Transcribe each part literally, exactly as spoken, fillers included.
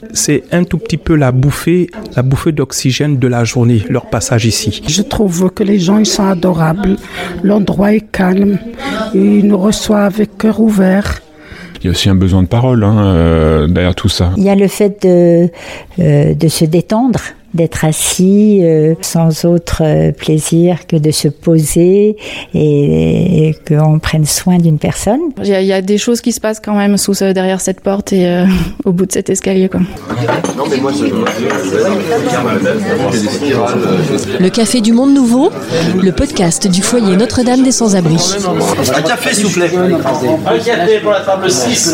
C'est un tout petit peu la bouffée, la bouffée d'oxygène de la journée, leur passage ici. Je trouve que les gens ils sont adorables, l'endroit est calme, ils nous reçoivent avec cœur ouvert. Il y a aussi un besoin de parole hein, euh, derrière tout ça. Il y a le fait de, euh, de se détendre, d'être assis euh, sans autre euh, plaisir que de se poser et, et qu'on prenne soin d'une personne. Il y, a, il y a des choses qui se passent quand même sous ce, derrière cette porte et euh, au bout de cet escalier, quoi. Le Café du Monde Nouveau, le podcast du foyer Notre-Dame des Sans-Abris. Un café, s'il vous plaît. Un café pour la table six.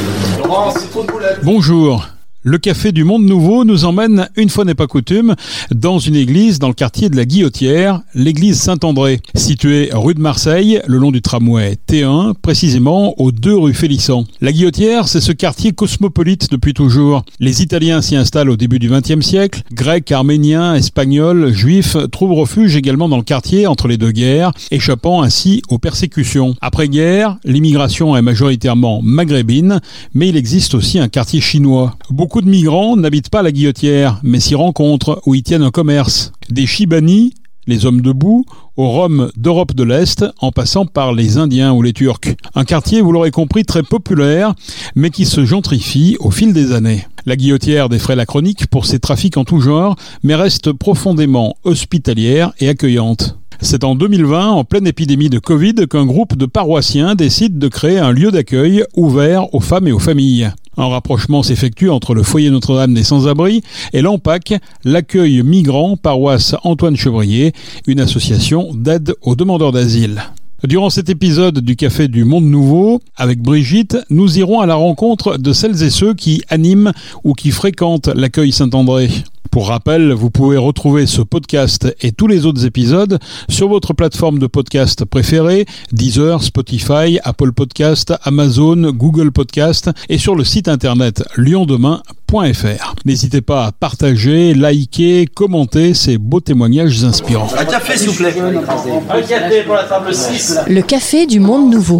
Bonjour. Le Café du Monde Nouveau nous emmène, une fois n'est pas coutume, dans une église dans le quartier de la Guillotière, l'église Saint-André, située rue de Marseille, le long du tramway T un, précisément aux deux rue Félissan. La Guillotière, c'est ce quartier cosmopolite depuis toujours. Les Italiens s'y installent au début du vingtième siècle. Grecs, Arméniens, Espagnols, Juifs trouvent refuge également dans le quartier entre les deux guerres, échappant ainsi aux persécutions. Après-guerre, l'immigration est majoritairement maghrébine, mais il existe aussi un quartier chinois. Beaucoup Beaucoup de migrants n'habitent pas la Guillotière, mais s'y rencontrent ou y tiennent un commerce. Des Chibani, les hommes debout, aux Roms d'Europe de l'Est, en passant par les Indiens ou les Turcs. Un quartier, vous l'aurez compris, très populaire, mais qui se gentrifie au fil des années. La Guillotière défraie la chronique pour ses trafics en tout genre, mais reste profondément hospitalière et accueillante. C'est en deux mille vingt, en pleine épidémie de Covid, qu'un groupe de paroissiens décide de créer un lieu d'accueil ouvert aux femmes et aux familles. Un rapprochement s'effectue entre le foyer Notre-Dame des Sans-Abris et l'A M P A C, l'accueil migrant paroisse Antoine Chevrier, une association d'aide aux demandeurs d'asile. Durant cet épisode du Café du Monde Nouveau, avec Brigitte, nous irons à la rencontre de celles et ceux qui animent ou qui fréquentent l'accueil Saint-André. Pour rappel, vous pouvez retrouver ce podcast et tous les autres épisodes sur votre plateforme de podcast préférée, Deezer, Spotify, Apple Podcast, Amazon, Google Podcast et sur le site internet lyon demain point f r. N'hésitez pas à partager, liker, commenter ces beaux témoignages inspirants. Un café, s'il vous plaît. Un café pour la table six. Le Café du Monde Nouveau.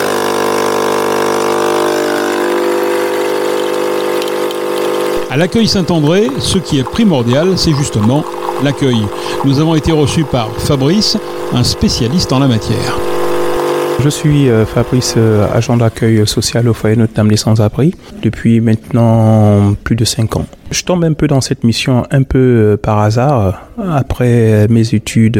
À l'accueil Saint-André, ce qui est primordial, c'est justement l'accueil. Nous avons été reçus par Fabrice, un spécialiste en la matière. Je suis Fabrice, agent d'accueil social au foyer Notre-Dame des Sans-Abris depuis maintenant plus de cinq ans. Je tombe un peu dans cette mission un peu par hasard après mes études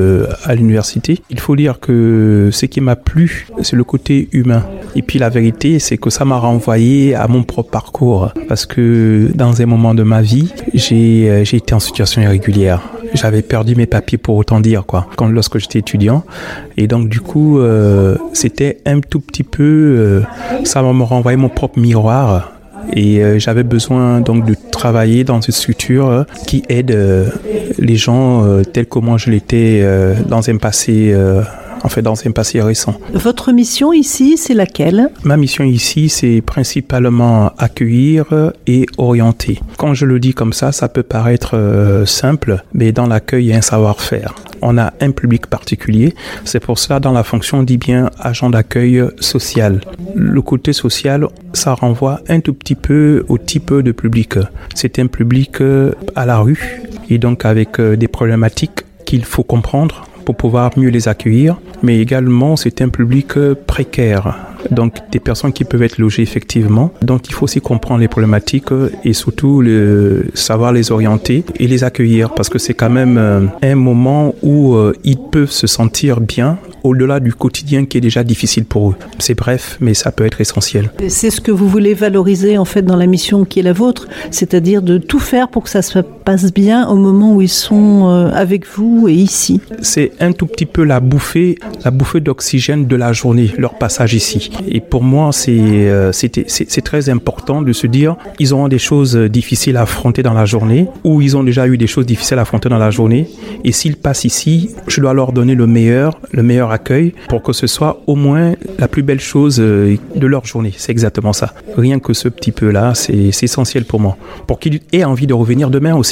à l'université. Il faut dire que ce qui m'a plu, c'est le côté humain. Et puis la vérité, c'est que ça m'a renvoyé à mon propre parcours. Parce que dans un moment de ma vie, j'ai, j'ai été en situation irrégulière. J'avais perdu mes papiers pour autant dire, quoi, quand, lorsque j'étais étudiant. Et donc, du coup, euh, c'était un tout petit peu... Euh, ça m'a renvoyé mon propre miroir. Et euh, j'avais besoin donc de travailler dans une structure euh, qui aide euh, les gens euh, tels que moi je l'étais euh, dans un passé... Euh, En fait, dans un passé récent. Votre mission ici, c'est laquelle ? Ma mission ici, c'est principalement accueillir et orienter. Quand je le dis comme ça, ça peut paraître euh, simple, mais dans l'accueil, il y a un savoir-faire. On a un public particulier. C'est pour cela, dans la fonction, on dit bien agent d'accueil social. Le côté social, ça renvoie un tout petit peu au type de public. C'est un public à la rue et donc avec des problématiques qu'il faut comprendre pour pouvoir mieux les accueillir, mais également c'est un public précaire, donc des personnes qui peuvent être logées effectivement, donc il faut aussi comprendre les problématiques et surtout le, savoir les orienter et les accueillir, parce que c'est quand même un moment où ils peuvent se sentir bien au-delà du quotidien qui est déjà difficile pour eux. C'est bref, mais ça peut être essentiel. C'est ce que vous voulez valoriser en fait dans la mission qui est la vôtre, c'est-à-dire de tout faire pour que ça se passe bien au moment où ils sont avec vous et ici. C'est un tout petit peu la bouffée, la bouffée d'oxygène de la journée, leur passage ici. Et pour moi, c'est, euh, c'est, c'est, c'est très important de se dire, ils auront des choses difficiles à affronter dans la journée, ou ils ont déjà eu des choses difficiles à affronter dans la journée. Et s'ils passent ici, je dois leur donner le meilleur, le meilleur accueil pour que ce soit au moins la plus belle chose de leur journée. C'est exactement ça. Rien que ce petit peu-là, c'est, c'est essentiel pour moi. Pour qu'ils aient envie de revenir demain aussi.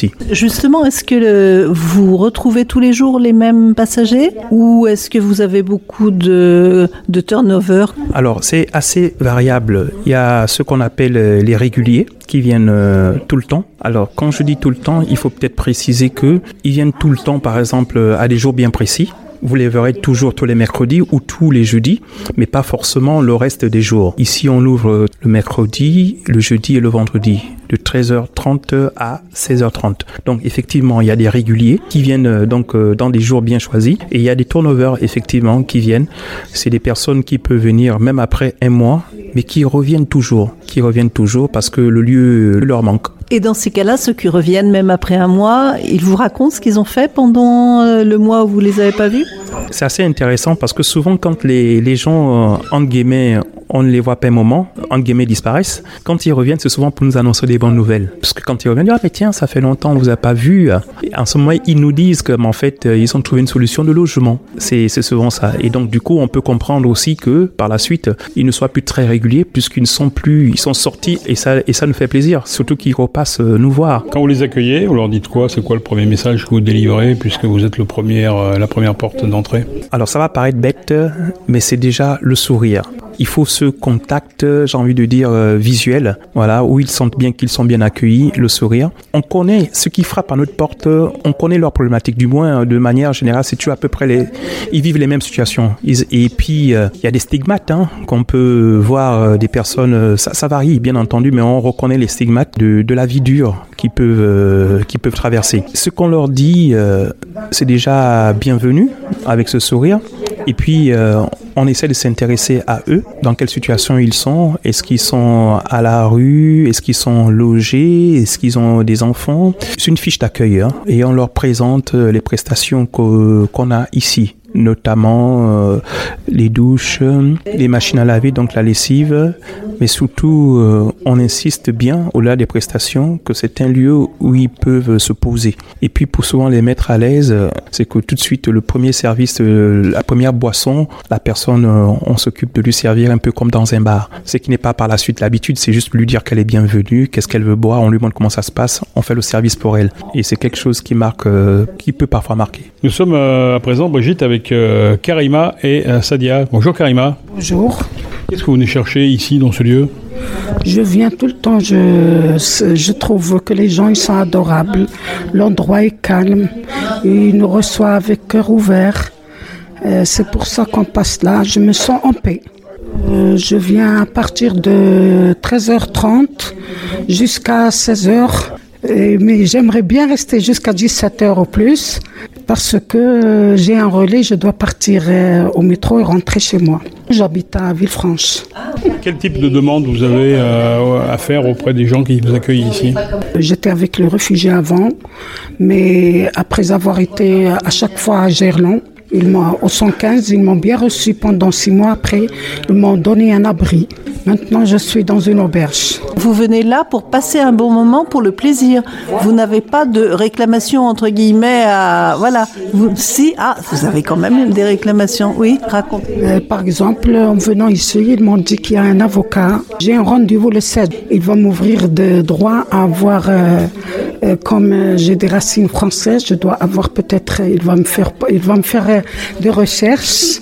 ici. Justement, est-ce que le, vous retrouvez tous les jours les mêmes passagers ou est-ce que vous avez beaucoup de, de turnover? Alors, c'est assez variable. Il y a ce qu'on appelle les réguliers qui viennent euh, tout le temps. Alors, quand je dis tout le temps, il faut peut-être préciser que ils viennent tout le temps, par exemple, à des jours bien précis. Vous les verrez toujours tous les mercredis ou tous les jeudis, mais pas forcément le reste des jours. Ici, on ouvre le mercredi, le jeudi et le vendredi, de treize heures trente à seize heures trente. Donc, effectivement, il y a des réguliers qui viennent donc dans des jours bien choisis, et il y a des turnovers, effectivement, qui viennent. C'est des personnes qui peuvent venir même après un mois, mais qui reviennent toujours, qui reviennent toujours parce que le lieu leur manque. Et dans ces cas-là, ceux qui reviennent même après un mois, ils vous racontent ce qu'ils ont fait pendant le mois où vous les avez pas vus? C'est assez intéressant parce que souvent quand les, les gens, euh, entre guillemets, on ne les voit pas un moment, entre guillemets, disparaissent, quand ils reviennent, c'est souvent pour nous annoncer des bonnes nouvelles. Parce que quand ils reviennent, ils disent « Ah mais tiens, ça fait longtemps, on ne vous a pas vu ». En ce moment, ils nous disent qu'en fait, ils ont trouvé une solution de logement. C'est, c'est souvent ça. Et donc, du coup, on peut comprendre aussi que, par la suite, ils ne soient plus très réguliers puisqu'ils ne sont plus, ils sont sortis et ça, et ça nous fait plaisir. Surtout qu'ils repassent nous voir. Quand vous les accueillez, vous leur dites quoi? C'est quoi le premier message que vous délivrez puisque vous êtes le premier, euh, la première porte d'entrée? Alors, ça va paraître bête, mais c'est déjà le sourire. Il faut ce contact, j'ai envie de dire, euh, visuel, voilà, où ils sentent bien qu'ils sont bien accueillis, le sourire. On connaît ce qui frappe à notre porte, on connaît leurs problématiques, du moins de manière générale, c'est tu à peu près les, ils vivent les mêmes situations. Ils, et puis, il euh, y a des stigmates hein, qu'on peut voir euh, des personnes, ça, ça varie bien entendu, mais on reconnaît les stigmates de, de la vie dure qu'ils peuvent, euh, qu'ils peuvent traverser. Ce qu'on leur dit, euh, c'est déjà bienvenu avec ce sourire. Et puis, euh, on essaie de s'intéresser à eux, dans quelle situation ils sont, est-ce qu'ils sont à la rue, est-ce qu'ils sont logés, est-ce qu'ils ont des enfants. C'est une fiche d'accueil hein, et on leur présente les prestations que, qu'on a ici, notamment euh, les douches, les machines à laver, donc la lessive, mais surtout euh, on insiste bien au-delà des prestations que c'est un lieu où ils peuvent se poser. Et puis pour souvent les mettre à l'aise, c'est que tout de suite le premier service, euh, la première boisson, la personne, euh, on s'occupe de lui servir un peu comme dans un bar. Ce qui n'est pas par la suite l'habitude, c'est juste lui dire qu'elle est bienvenue, qu'est-ce qu'elle veut boire, on lui montre comment ça se passe, on fait le service pour elle. Et c'est quelque chose qui marque, euh, qui peut parfois marquer. Nous sommes euh, à présent, Brigitte, avec euh, Karima et euh, Sadia. Bonjour Karima. Bonjour. Qu'est-ce que vous venez chercher ici dans ce lieu? Je viens tout le temps, je, je trouve que les gens ils sont adorables, l'endroit est calme, ils nous reçoivent avec cœur ouvert, euh, c'est pour ça qu'on passe là, je me sens en paix. Euh, je viens à partir de treize heures trente jusqu'à seize heures. Et, mais j'aimerais bien rester jusqu'à dix-sept heures au plus parce que euh, j'ai un relais, je dois partir euh, au métro et rentrer chez moi. J'habite à Villefranche. Quel type de demande vous avez euh, à faire auprès des gens qui vous accueillent ici? J'étais avec les réfugiés avant, mais après avoir été à chaque fois à Gerland, ils m'ont, au cent quinze, ils m'ont bien reçu pendant six mois. Après, ils m'ont donné un abri. Maintenant, je suis dans une auberge. Vous venez là pour passer un bon moment, pour le plaisir. Vous n'avez pas de réclamation, entre guillemets, à... Voilà. Vous, si, ah, vous avez quand même des réclamations. Oui, racontez. Euh, par exemple, en venant ici, ils m'ont dit qu'il y a un avocat. J'ai un rendez-vous le sept. Il va m'ouvrir de droit à avoir... Euh, euh, comme euh, j'ai des racines françaises, je dois avoir peut-être... Il va me faire, il va me faire euh, des recherches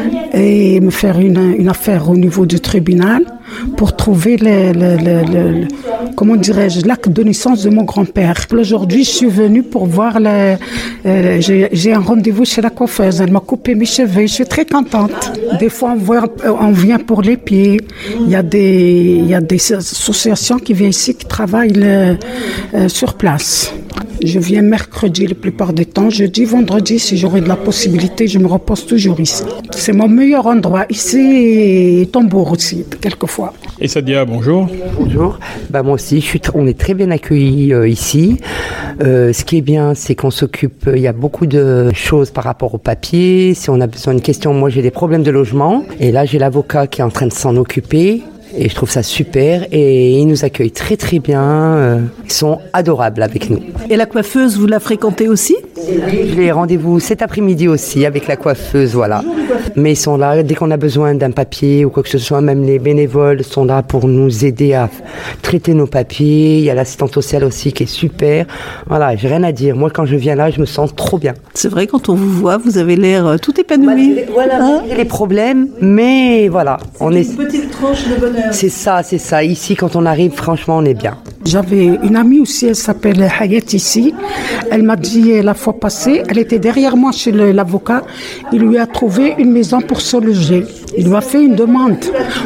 et me faire une, une affaire au niveau du tribunal pour trouver le, le, le, le, le comment dirais-je, l'acte de naissance de mon grand-père. Aujourd'hui, je suis venue pour voir le, euh, j'ai, j'ai un rendez-vous chez la coiffeuse. Elle m'a coupé mes cheveux. Je suis très contente. Des fois, on, voit, on vient pour les pieds. Il y a des, il y a des associations qui viennent ici, qui travaillent le, euh, sur place. Je viens mercredi la plupart du temps. Jeudi, vendredi, si j'aurai de la possibilité, je me repose toujours ici. C'est mon meilleur endroit. Ici et Tambour aussi, quelquefois. Et Sadia, bonjour. Bonjour. Bah, moi aussi, je suis t- on est très bien accueillis euh, ici. Euh, ce qui est bien, c'est qu'on s'occupe, il y a beaucoup de choses par rapport aux papiers. Si on a besoin d'une question, moi j'ai des problèmes de logement. Et là, j'ai l'avocat qui est en train de s'en occuper. Et je trouve ça super et ils nous accueillent très très bien, euh, ils sont adorables avec nous. Et la coiffeuse, vous la fréquentez aussi ? J'ai rendez-vous cet après-midi aussi avec la coiffeuse, voilà. Mais ils sont là dès qu'on a besoin d'un papier ou quoi que ce soit. Même les bénévoles sont là pour nous aider à traiter nos papiers. Il y a l'assistante sociale aussi qui est super. Voilà, j'ai rien à dire. Moi, quand je viens là, je me sens trop bien. C'est vrai, quand on vous voit, vous avez l'air tout épanoui. Voilà, hein? Les problèmes, mais voilà, c'est on une est. petite tranche de bonheur. C'est ça, c'est ça. Ici, quand on arrive, franchement, on est bien. J'avais une amie aussi, elle s'appelle Hayat ici. Elle m'a dit la fois passée, elle était derrière moi chez le, l'avocat. Il lui a trouvé une maison pour se loger. Il lui a fait une demande.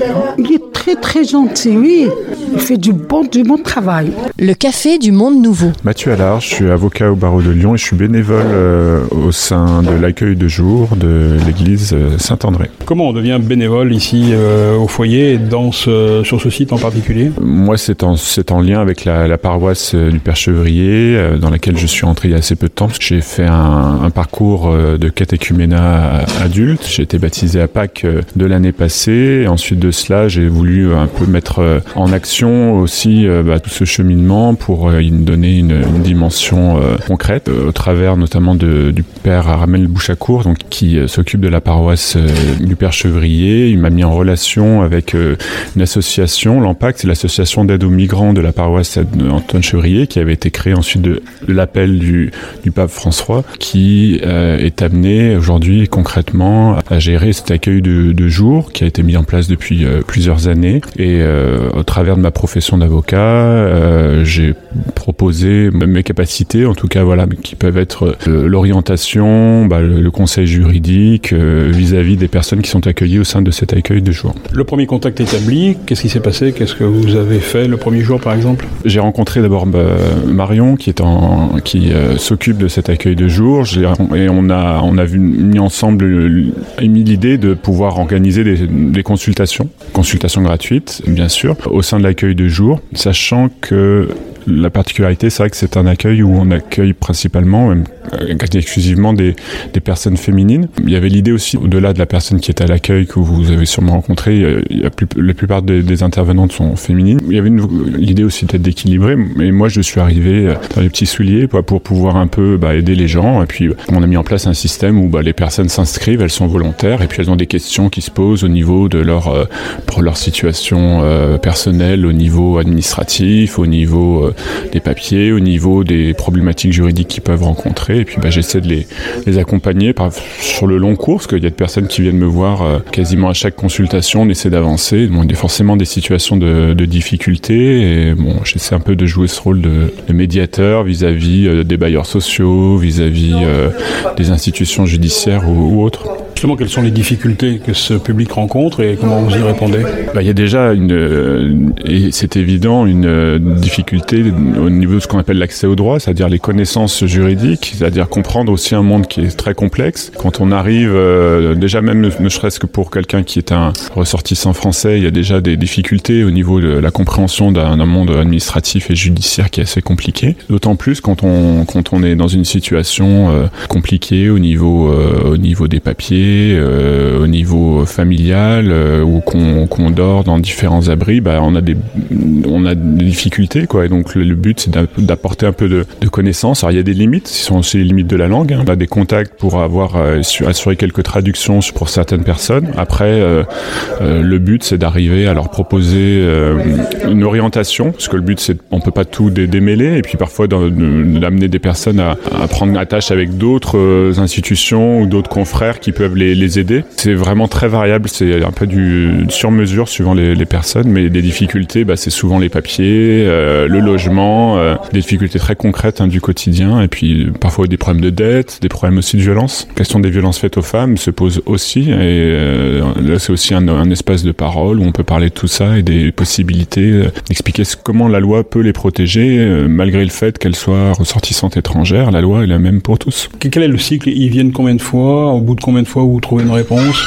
Il est très très gentil, oui. Il fait du bon, du bon travail. Le café du monde nouveau. Mathieu Allard, je suis avocat au barreau de Lyon et je suis bénévole euh, au sein de l'accueil de jour de l'église Saint-André. Comment on devient bénévole ici euh, au foyer et dans ce, sur ce site en particulier ? Moi, c'est en, c'est en lien avec la, la paroisse du Père Chevrier, euh, dans laquelle je suis entré il y a assez peu de temps. J'ai fait un, un parcours de catéchuménat adulte. J'ai été baptisé à Pâques de l'année passée. Et ensuite de cela, j'ai voulu un peu mettre en action aussi euh, bah, tout ce cheminement pour euh, y donner une, une dimension euh, concrète, euh, au travers notamment de, du Père Aramel Bouchacourt, donc, qui euh, s'occupe de la paroisse euh, du Père Chevrier. Il m'a mis en relation avec euh, une association, l'Impact, c'est l'association d'aide aux migrants de la paroisse Antoine Chevrier, qui avait été créée ensuite de, de l'appel du, du pape François, qui euh, est amené aujourd'hui concrètement à gérer cet accueil de, de jour qui a été mis en place depuis euh, plusieurs années. Et euh, au travers de ma profession d'avocat, euh, j'ai proposé mes capacités, en tout cas voilà, qui peuvent être euh, l'orientation, bah, le, le conseil juridique euh, vis-à-vis des personnes qui sont accueillies au sein de cet accueil de jour. Le premier contact établi, qu'est-ce qui s'est passé ? Qu'est-ce que vous avez fait le premier jour par exemple ? J'ai rencontré d'abord bah, Marion qui est en, qui euh, s'occupe de cet accueil de jour. J'ai, et on a on a vu, mis ensemble émis l'idée de pouvoir organiser des, des consultations, consultations gratuites bien sûr, au sein de l'accueil de jour, sachant que la particularité, c'est vrai que c'est un accueil où on accueille principalement, même exclusivement des, des personnes féminines. Il y avait l'idée aussi, au-delà de la personne qui est à l'accueil, que vous avez sûrement rencontré, il y a plus, la plupart des, des intervenantes sont féminines. Il y avait une, l'idée aussi peut-être d'équilibrer, mais moi je suis arrivé dans les petits souliers pour, pour pouvoir un peu bah, aider les gens. Et puis on a mis en place un système où bah, les personnes s'inscrivent, elles sont volontaires, et puis elles ont des questions qui se posent au niveau de leur, euh, pour leur situation euh, personnelle, au niveau administratif, au niveau euh, des papiers, au niveau des problématiques juridiques qu'ils peuvent rencontrer. Et puis bah, j'essaie de les, les accompagner par, sur le long cours, parce qu'il y a des personnes qui viennent me voir euh, quasiment à chaque consultation, on essaie d'avancer. Bon, il y a forcément des situations de, de difficulté, et bon, j'essaie un peu de jouer ce rôle de, de médiateur vis-à-vis euh, des bailleurs sociaux, vis-à-vis euh, des institutions judiciaires ou, ou autres. Justement, quelles sont les difficultés que ce public rencontre et comment vous y répondez ? Bah, il y a déjà une, et c'est évident, une difficulté au niveau de ce qu'on appelle l'accès au droit, c'est-à-dire les connaissances juridiques, c'est-à-dire comprendre aussi un monde qui est très complexe. Quand on arrive, euh, déjà même ne, ne serait-ce que pour quelqu'un qui est un ressortissant français, il y a déjà des difficultés au niveau de la compréhension d'un, d'un monde administratif et judiciaire qui est assez compliqué. D'autant plus quand on, quand on est dans une situation euh, compliquée au niveau, euh, au niveau des papiers, Euh, au niveau familial, euh, ou qu'on, qu'on dort dans différents abris, bah, on a des, on a des difficultés, quoi. Et donc le, le but, c'est d'apporter un peu de, de connaissances. Alors il y a des limites, ce sont aussi les limites de la langue. Hein. On a des contacts pour avoir euh, assuré quelques traductions pour certaines personnes. Après, euh, euh, le but, c'est d'arriver à leur proposer euh, une orientation, parce que le but, c'est on peut pas tout dé- démêler, et puis parfois d'amener des personnes à, à prendre attache avec d'autres euh, institutions ou d'autres confrères qui peuvent Les, les aider. C'est vraiment très variable, c'est un peu du sur-mesure suivant les, les personnes, mais des difficultés, bah, c'est souvent les papiers, euh, le logement, euh, des difficultés très concrètes hein, du quotidien, et puis parfois des problèmes de dette, des problèmes aussi de violence. La question des violences faites aux femmes se pose aussi, et euh, là c'est aussi un, un espace de parole où on peut parler de tout ça et des possibilités euh, d'expliquer comment la loi peut les protéger, euh, malgré le fait qu'elles soient ressortissantes étrangères. La loi est la même pour tous. Quel est le cycle ? Ils viennent combien de fois ? Au bout de combien de fois vous trouvez une réponse ?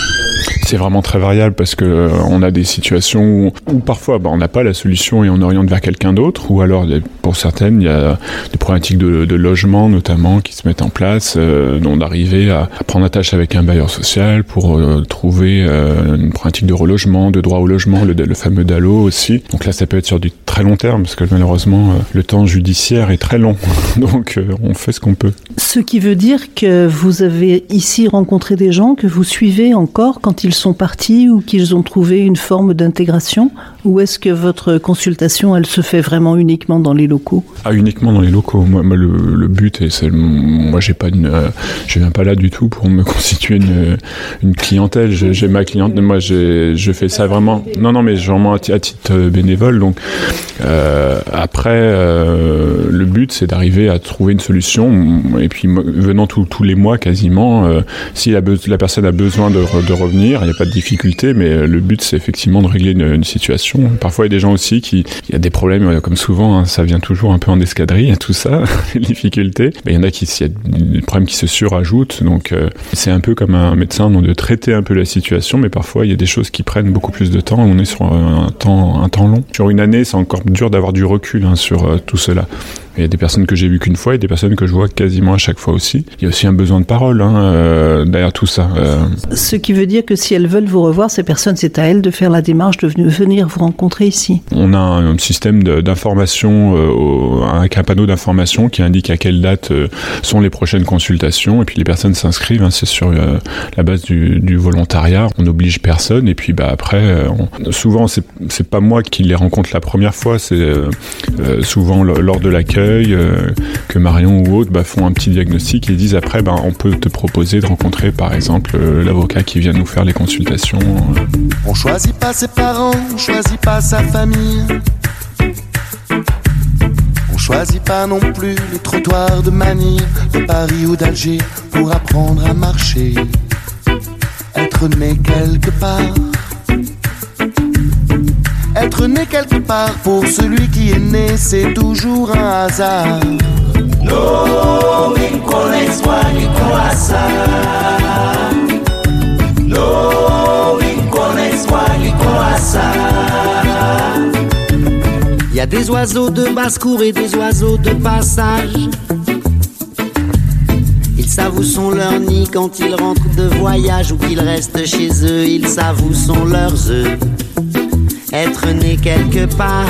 C'est vraiment très variable parce que euh, on a des situations où, où parfois bah, on n'a pas la solution et on oriente vers quelqu'un d'autre, ou alors pour certaines il y a des problématiques de, de logement notamment qui se mettent en place, euh, dont d'arriver à, à prendre attache avec un bailleur social pour euh, trouver euh, une problématique de relogement, de droit au logement, le, le fameux D A L O aussi. Donc là ça peut être sur du très long terme parce que malheureusement euh, le temps judiciaire est très long, donc euh, on fait ce qu'on peut. Ce qui veut dire que vous avez ici rencontré des gens que vous suivez encore quand ils sont partis ou qu'ils ont trouvé une forme d'intégration, ou est-ce que votre consultation elle se fait vraiment uniquement dans les locaux? Ah, uniquement dans les locaux. Moi, moi le, le but et c'est moi j'ai pas une, euh, je viens pas là du tout pour me constituer une, une clientèle. J'ai, j'ai ma clientèle. Moi j'ai, je fais ça vraiment. Non non mais vraiment à, t- à titre bénévole. Donc euh, après euh, le but c'est d'arriver à trouver une solution et puis venant tous tous les mois quasiment. Euh, si la, be- la personne a besoin de, re- de revenir, il n'y a pas de difficulté, mais le but c'est effectivement de régler une, une situation. Parfois il y a des gens aussi qui, il y a des problèmes comme souvent, hein, ça vient toujours un peu en escadrille, tout ça, les difficultés. Mais il y en a qui, il y a des problèmes qui se surajoutent, donc euh, c'est un peu comme un médecin, donc de traiter un peu la situation, mais parfois il y a des choses qui prennent beaucoup plus de temps. On est sur un temps, un temps long. Sur une année, c'est encore dur d'avoir du recul hein, sur euh, tout cela. Il y a des personnes que j'ai vues qu'une fois et des personnes que je vois quasiment à chaque fois aussi. Il y a aussi un besoin de parole hein, euh, derrière tout ça. Euh... Ce qui veut dire que si elles veulent vous revoir, ces personnes, c'est à elles de faire la démarche de venir vous rencontrer ici. On a un, un système de, d'information, euh, avec un panneau d'information qui indique à quelle date euh, sont les prochaines consultations. Et puis les personnes s'inscrivent, hein, c'est sur euh, la base du, du volontariat. On n'oblige personne. Et puis bah, après, euh, on, souvent, c'est, c'est pas moi qui les rencontre la première fois. C'est euh, euh, souvent l- lors de l'accueil. Euh, que Marion ou autres bah, font un petit diagnostic et disent après bah, on peut te proposer de rencontrer par exemple euh, l'avocat qui vient nous faire les consultations. On choisit pas ses parents, on choisit pas sa famille. On choisit pas non plus les trottoirs de Manille, de Paris ou d'Alger pour apprendre à marcher. Être né quelque part. Être né quelque part, pour celui qui est né, c'est toujours un hasard. Lo mi conexwani kwasa. Lo mi conexwani kwasa. Il y a des oiseaux de basse-cour et des oiseaux de passage. Ils savent où sont leurs nids quand ils rentrent de voyage ou qu'ils restent chez eux. Ils savent où sont leurs œufs. Être né quelque part.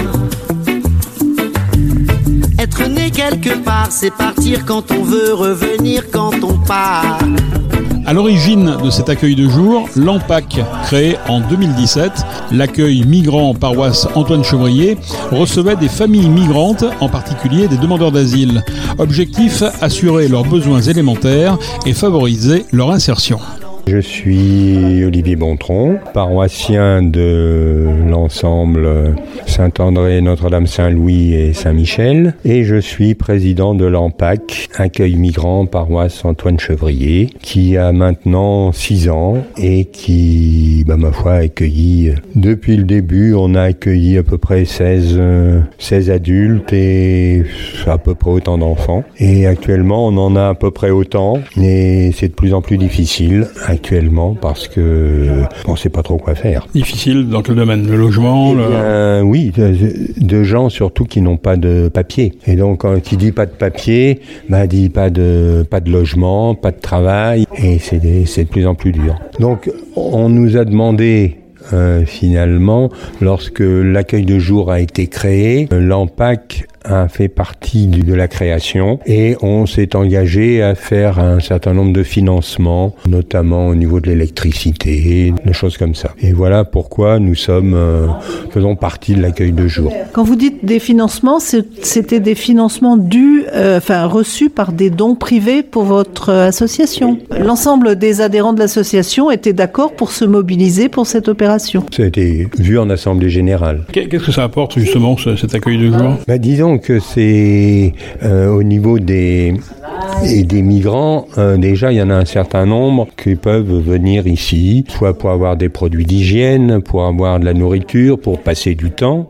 Être né quelque part, c'est partir quand on veut, revenir quand on part. À l'origine de cet accueil de jour, l'AMPAC, créé en deux mille dix-sept, l'accueil migrant paroisse Antoine Chevrier, recevait des familles migrantes, en particulier des demandeurs d'asile. Objectif, assurer leurs besoins élémentaires et favoriser leur insertion. Je suis Olivier Bontron, paroissien de l'ensemble Saint-André, Notre-Dame-Saint-Louis et Saint-Michel, et je suis président de l'AMPAC, accueil migrant paroisse Antoine Chevrier, qui a maintenant six ans et qui, bah, ma foi, a accueilli, depuis le début, on a accueilli à peu près seize, seize adultes et à peu près autant d'enfants. Et actuellement, on en a à peu près autant, mais c'est de plus en plus difficile actuellement parce que on ne sait pas trop quoi faire. Difficile dans quel domaine? Le logement? Eh bien, le... Oui, de, de gens surtout qui n'ont pas de papier. Et donc, qui dit pas de papier, bah, dit pas de, pas de logement, pas de travail, et c'est, des, c'est de plus en plus dur. Donc, on nous a demandé Euh, finalement, lorsque l'accueil de jour a été créé, l'AMPAC a fait partie de la création et on s'est engagé à faire un certain nombre de financements, notamment au niveau de l'électricité, des choses comme ça. Et voilà pourquoi nous sommes, euh, faisons partie de l'accueil de jour. Quand vous dites des financements, c'était des financements dus, euh, enfin reçus par des dons privés pour votre association. L'ensemble des adhérents de l'association étaient d'accord pour se mobiliser pour cette opération. Ça a été vu en assemblée générale. Qu'est-ce que ça apporte justement cet accueil de jour? Bah, disons que c'est euh, au niveau des Et des migrants, euh, déjà, il y en a un certain nombre qui peuvent venir ici, soit pour avoir des produits d'hygiène, pour avoir de la nourriture, pour passer du temps.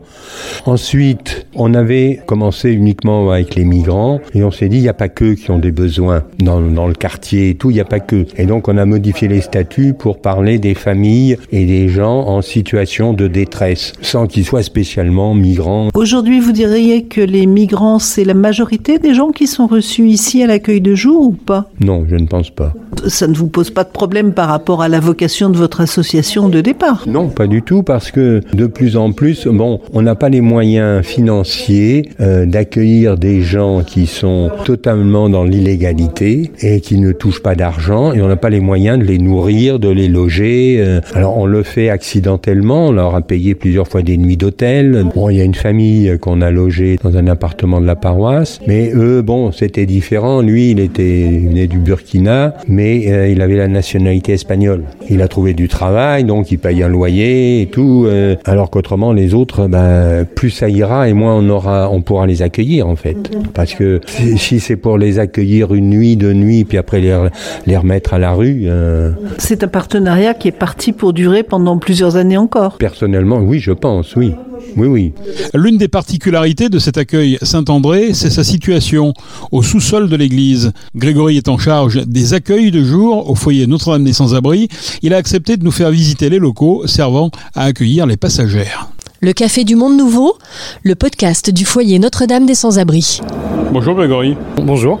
Ensuite, on avait commencé uniquement avec les migrants et on s'est dit, il n'y a pas qu'eux qui ont des besoins dans, dans le quartier et tout, il n'y a pas qu'eux. Et donc, on a modifié les statuts pour parler des familles et des gens en situation de détresse, sans qu'ils soient spécialement migrants. Aujourd'hui, vous diriez que les migrants, c'est la majorité des gens qui sont reçus ici à l'accueil de jour ou pas ? Non, je ne pense pas. Ça ne vous pose pas de problème par rapport à la vocation de votre association de départ ? Non, pas du tout, parce que de plus en plus, bon, on n'a pas les moyens financiers euh, d'accueillir des gens qui sont totalement dans l'illégalité et qui ne touchent pas d'argent, et on n'a pas les moyens de les nourrir, de les loger. Euh, alors on le fait accidentellement, on leur a payé plusieurs fois des nuits d'hôtel. Bon, il y a une famille qu'on a logée dans un appartement de la paroisse, mais eux, bon, c'était différent. Lui, il était il venait du Burkina, mais euh, il avait la nationalité espagnole. Il a trouvé du travail, donc il paye un loyer et tout, euh, alors qu'autrement les autres, ben, plus ça ira et moins on aura, on pourra les accueillir en fait. Parce que si c'est pour les accueillir une nuit, deux nuits, puis après les, les remettre à la rue... Euh... C'est un partenariat qui est parti pour durer pendant plusieurs années encore. Personnellement, oui, je pense, oui. Oui, oui. L'une des particularités de cet accueil Saint-André, c'est sa situation au sous-sol de l'église. Grégory est en charge des accueils de jour au foyer Notre-Dame des Sans-Abris. Il a accepté de nous faire visiter les locaux servant à accueillir les passagères. Le Café du Monde Nouveau, le podcast du foyer Notre-Dame des Sans-Abris. Bonjour Grégory. Bonjour.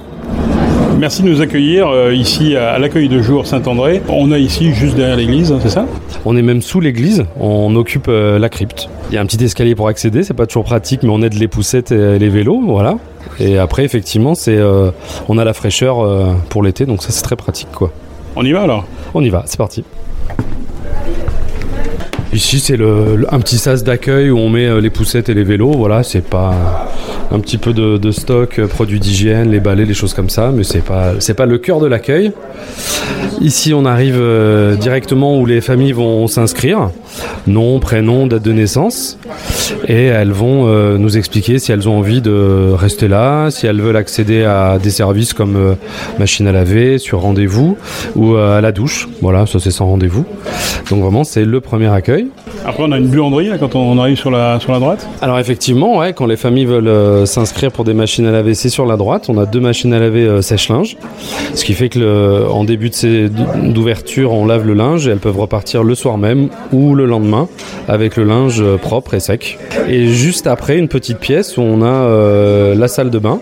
Merci de nous accueillir euh, ici à l'accueil de jour Saint-André. On est ici juste derrière l'église, c'est ça ? On est même sous l'église, on occupe euh, la crypte. Il y a un petit escalier pour accéder, c'est pas toujours pratique, mais on aide les poussettes et les vélos, voilà. Et après, effectivement, c'est, euh, on a la fraîcheur euh, pour l'été, donc ça c'est très pratique, quoi. On y va alors ? On y va, c'est parti. Ici, c'est le, le, un petit sas d'accueil où on met les poussettes et les vélos. Voilà, c'est pas un petit peu de, de stock, produits d'hygiène, les balais, les choses comme ça, mais c'est pas, c'est pas le cœur de l'accueil. Ici, on arrive euh, directement où les familles vont s'inscrire. Nom, prénom, date de naissance. Et elles vont euh, nous expliquer si elles ont envie de rester là, si elles veulent accéder à des services comme euh, machine à laver, sur rendez-vous, ou euh, à la douche. Voilà, ça c'est sans rendez-vous. Donc vraiment, c'est le premier accueil. Après, on a une buanderie là, quand on arrive sur la, sur la droite. Alors effectivement, ouais, quand les familles veulent euh, s'inscrire pour des machines à laver, c'est sur la droite. On a deux machines à laver euh, sèche-linge. Ce qui fait que le, en début de ces, d'ouverture, on lave le linge et elles peuvent repartir le soir même ou le lendemain avec le linge euh, propre et sec. Et juste après, une petite pièce où on a euh, la salle de bain.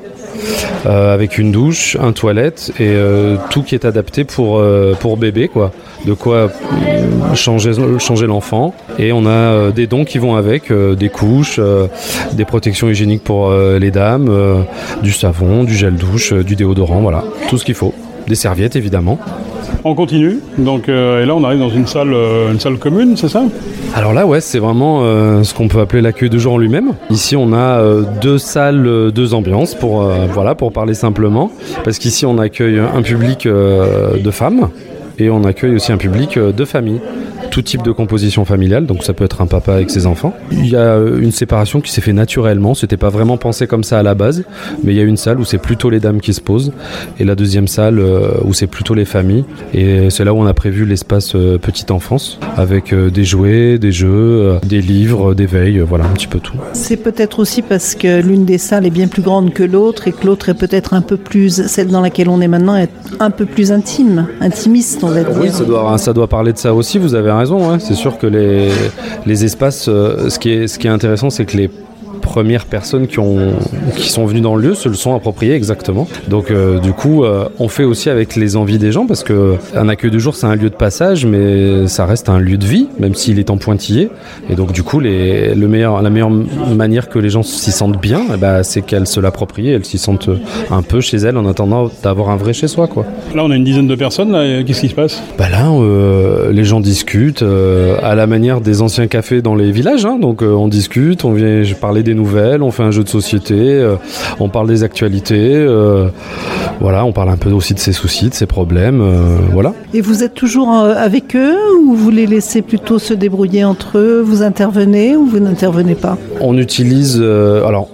Euh, avec une douche, un toilette et euh, tout qui est adapté pour, euh, pour bébé, quoi. De quoi euh, changer, changer l'enfant. Et on a euh, des dons qui vont avec, euh, des couches, euh, des protections hygiéniques pour euh, les dames, euh, du savon, du gel douche, euh, du déodorant, voilà, tout ce qu'il faut. Des serviettes évidemment. On continue, donc, euh, et là on arrive dans une salle, euh, une salle commune, c'est ça ? Alors là, ouais, c'est vraiment euh, ce qu'on peut appeler l'accueil de jour en lui-même. Ici, on a euh, deux salles, euh, deux ambiances, pour, euh, voilà, pour parler simplement. Parce qu'ici, on accueille un public euh, de femmes et on accueille aussi un public euh, de familles. Tout type de composition familiale, donc ça peut être un papa avec ses enfants. Il y a une séparation qui s'est fait naturellement, c'était pas vraiment pensé comme ça à la base, mais il y a une salle où c'est plutôt les dames qui se posent, et la deuxième salle où c'est plutôt les familles, et c'est là où on a prévu l'espace petite enfance, avec des jouets, des jeux, des livres, des veilles, voilà, un petit peu tout. C'est peut-être aussi parce que l'une des salles est bien plus grande que l'autre, et que l'autre est peut-être un peu plus, celle dans laquelle on est maintenant, est un peu plus intime, intimiste, on va dire. Oui, ça doit, ça doit parler de ça aussi, vous avez raison. Ouais. C'est sûr que les, les espaces, euh, ce, qui est, ce qui est intéressant, c'est que les premières personnes qui, ont, qui sont venues dans le lieu se le sont appropriées exactement. Donc euh, du coup, euh, on fait aussi avec les envies des gens, parce qu'un accueil de jour, c'est un lieu de passage, mais ça reste un lieu de vie, même s'il est en pointillé. Et donc du coup, les, le meilleur, la meilleure manière que les gens s'y sentent bien, eh ben, c'est qu'elles se l'approprient, elles s'y sentent un peu chez elles en attendant d'avoir un vrai chez soi, quoi. Là, on a une dizaine de personnes, là, qu'est-ce qui se passe ? Bah là, euh, les gens discutent euh, à la manière des anciens cafés dans les villages, hein. Donc euh, on discute, on vient parler des nouvelles, on fait un jeu de société, euh, on parle des actualités, euh, voilà, on parle un peu aussi de ses soucis, de ses problèmes, euh, voilà. Et vous êtes toujours euh, avec eux, ou vous les laissez plutôt se débrouiller entre eux, vous intervenez ou vous n'intervenez pas ? On utilise, euh, alors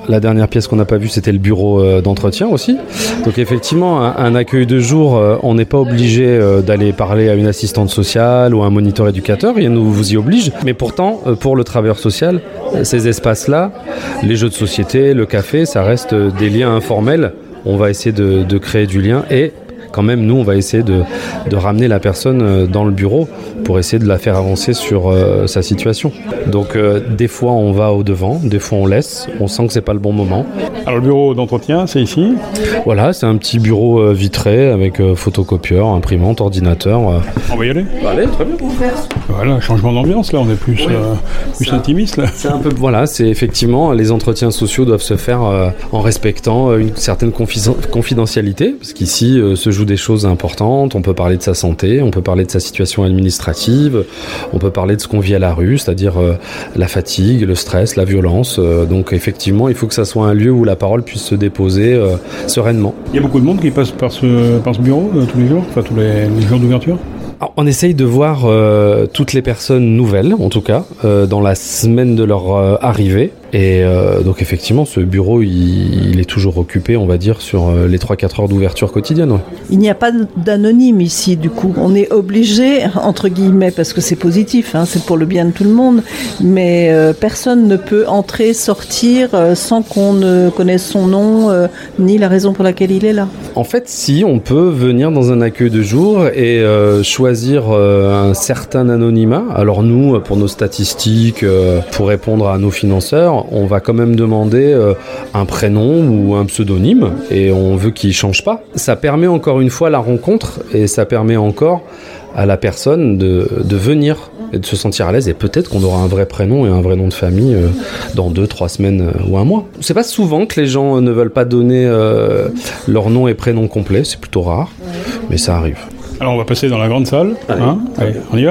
La dernière pièce qu'on n'a pas vue, c'était le bureau euh, d'entretien aussi. Donc effectivement, un, un accueil de jour, euh, on n'est pas obligé euh, d'aller parler à une assistante sociale ou à un moniteur éducateur, rien ne vous y oblige. Mais pourtant, euh, pour le travailleur social, euh, ces espaces-là, les jeux de société, le café, ça reste euh, des liens informels. On va essayer de, de créer du lien et quand même, nous, on va essayer de, de ramener la personne dans le bureau pour essayer de la faire avancer sur euh, sa situation. Donc, euh, des fois, on va au-devant, des fois, on laisse. On sent que c'est pas le bon moment. Alors, le bureau d'entretien, c'est ici ? Voilà, c'est un petit bureau euh, vitré avec euh, photocopieur, imprimante, ordinateur. Euh. On va y aller ? Allez, très bien. Voilà, changement d'ambiance, là, on est plus, oui. euh, plus intimiste, là. C'est un peu, voilà, c'est effectivement, les entretiens sociaux doivent se faire euh, en respectant euh, une certaine confi- confidentialité, parce qu'ici euh, se joue des choses importantes, on peut parler de sa santé, on peut parler de sa situation administrative, on peut parler de ce qu'on vit à la rue, c'est-à-dire euh, la fatigue, le stress, la violence. Euh, donc effectivement, il faut que ça soit un lieu où la parole puisse se déposer euh, sereinement. Il y a beaucoup de monde qui passe par ce, par ce bureau euh, tous les jours, enfin tous les, les jours d'ouverture ? Alors, on essaye de voir euh, toutes les personnes nouvelles, en tout cas, euh, dans la semaine de leur euh, arrivée. Et euh, donc effectivement, ce bureau, il, il est toujours occupé, on va dire, sur euh, les trois à quatre heures d'ouverture quotidienne. Ouais. Il n'y a pas d'anonyme ici, du coup. On est obligé, entre guillemets, parce que c'est positif, hein, c'est pour le bien de tout le monde, mais euh, personne ne peut entrer, sortir euh, sans qu'on ne connaisse son nom, euh, ni la raison pour laquelle il est là. En fait, si, on peut venir dans un accueil de jour et euh, choisir euh, un certain anonymat. Alors nous, pour nos statistiques, euh, pour répondre à nos financeurs, on va quand même demander euh, un prénom ou un pseudonyme et on veut qu'il ne change pas. Ça permet encore une fois la rencontre et ça permet encore à la personne de, de venir et de se sentir à l'aise et peut-être qu'on aura un vrai prénom et un vrai nom de famille euh, dans deux, trois semaines euh, ou un mois. C'est pas souvent que les gens ne veulent pas donner euh, leur nom et prénom complet, c'est plutôt rare, mais ça arrive. Alors on va passer dans la grande salle. Allez, hein Allez on y va ?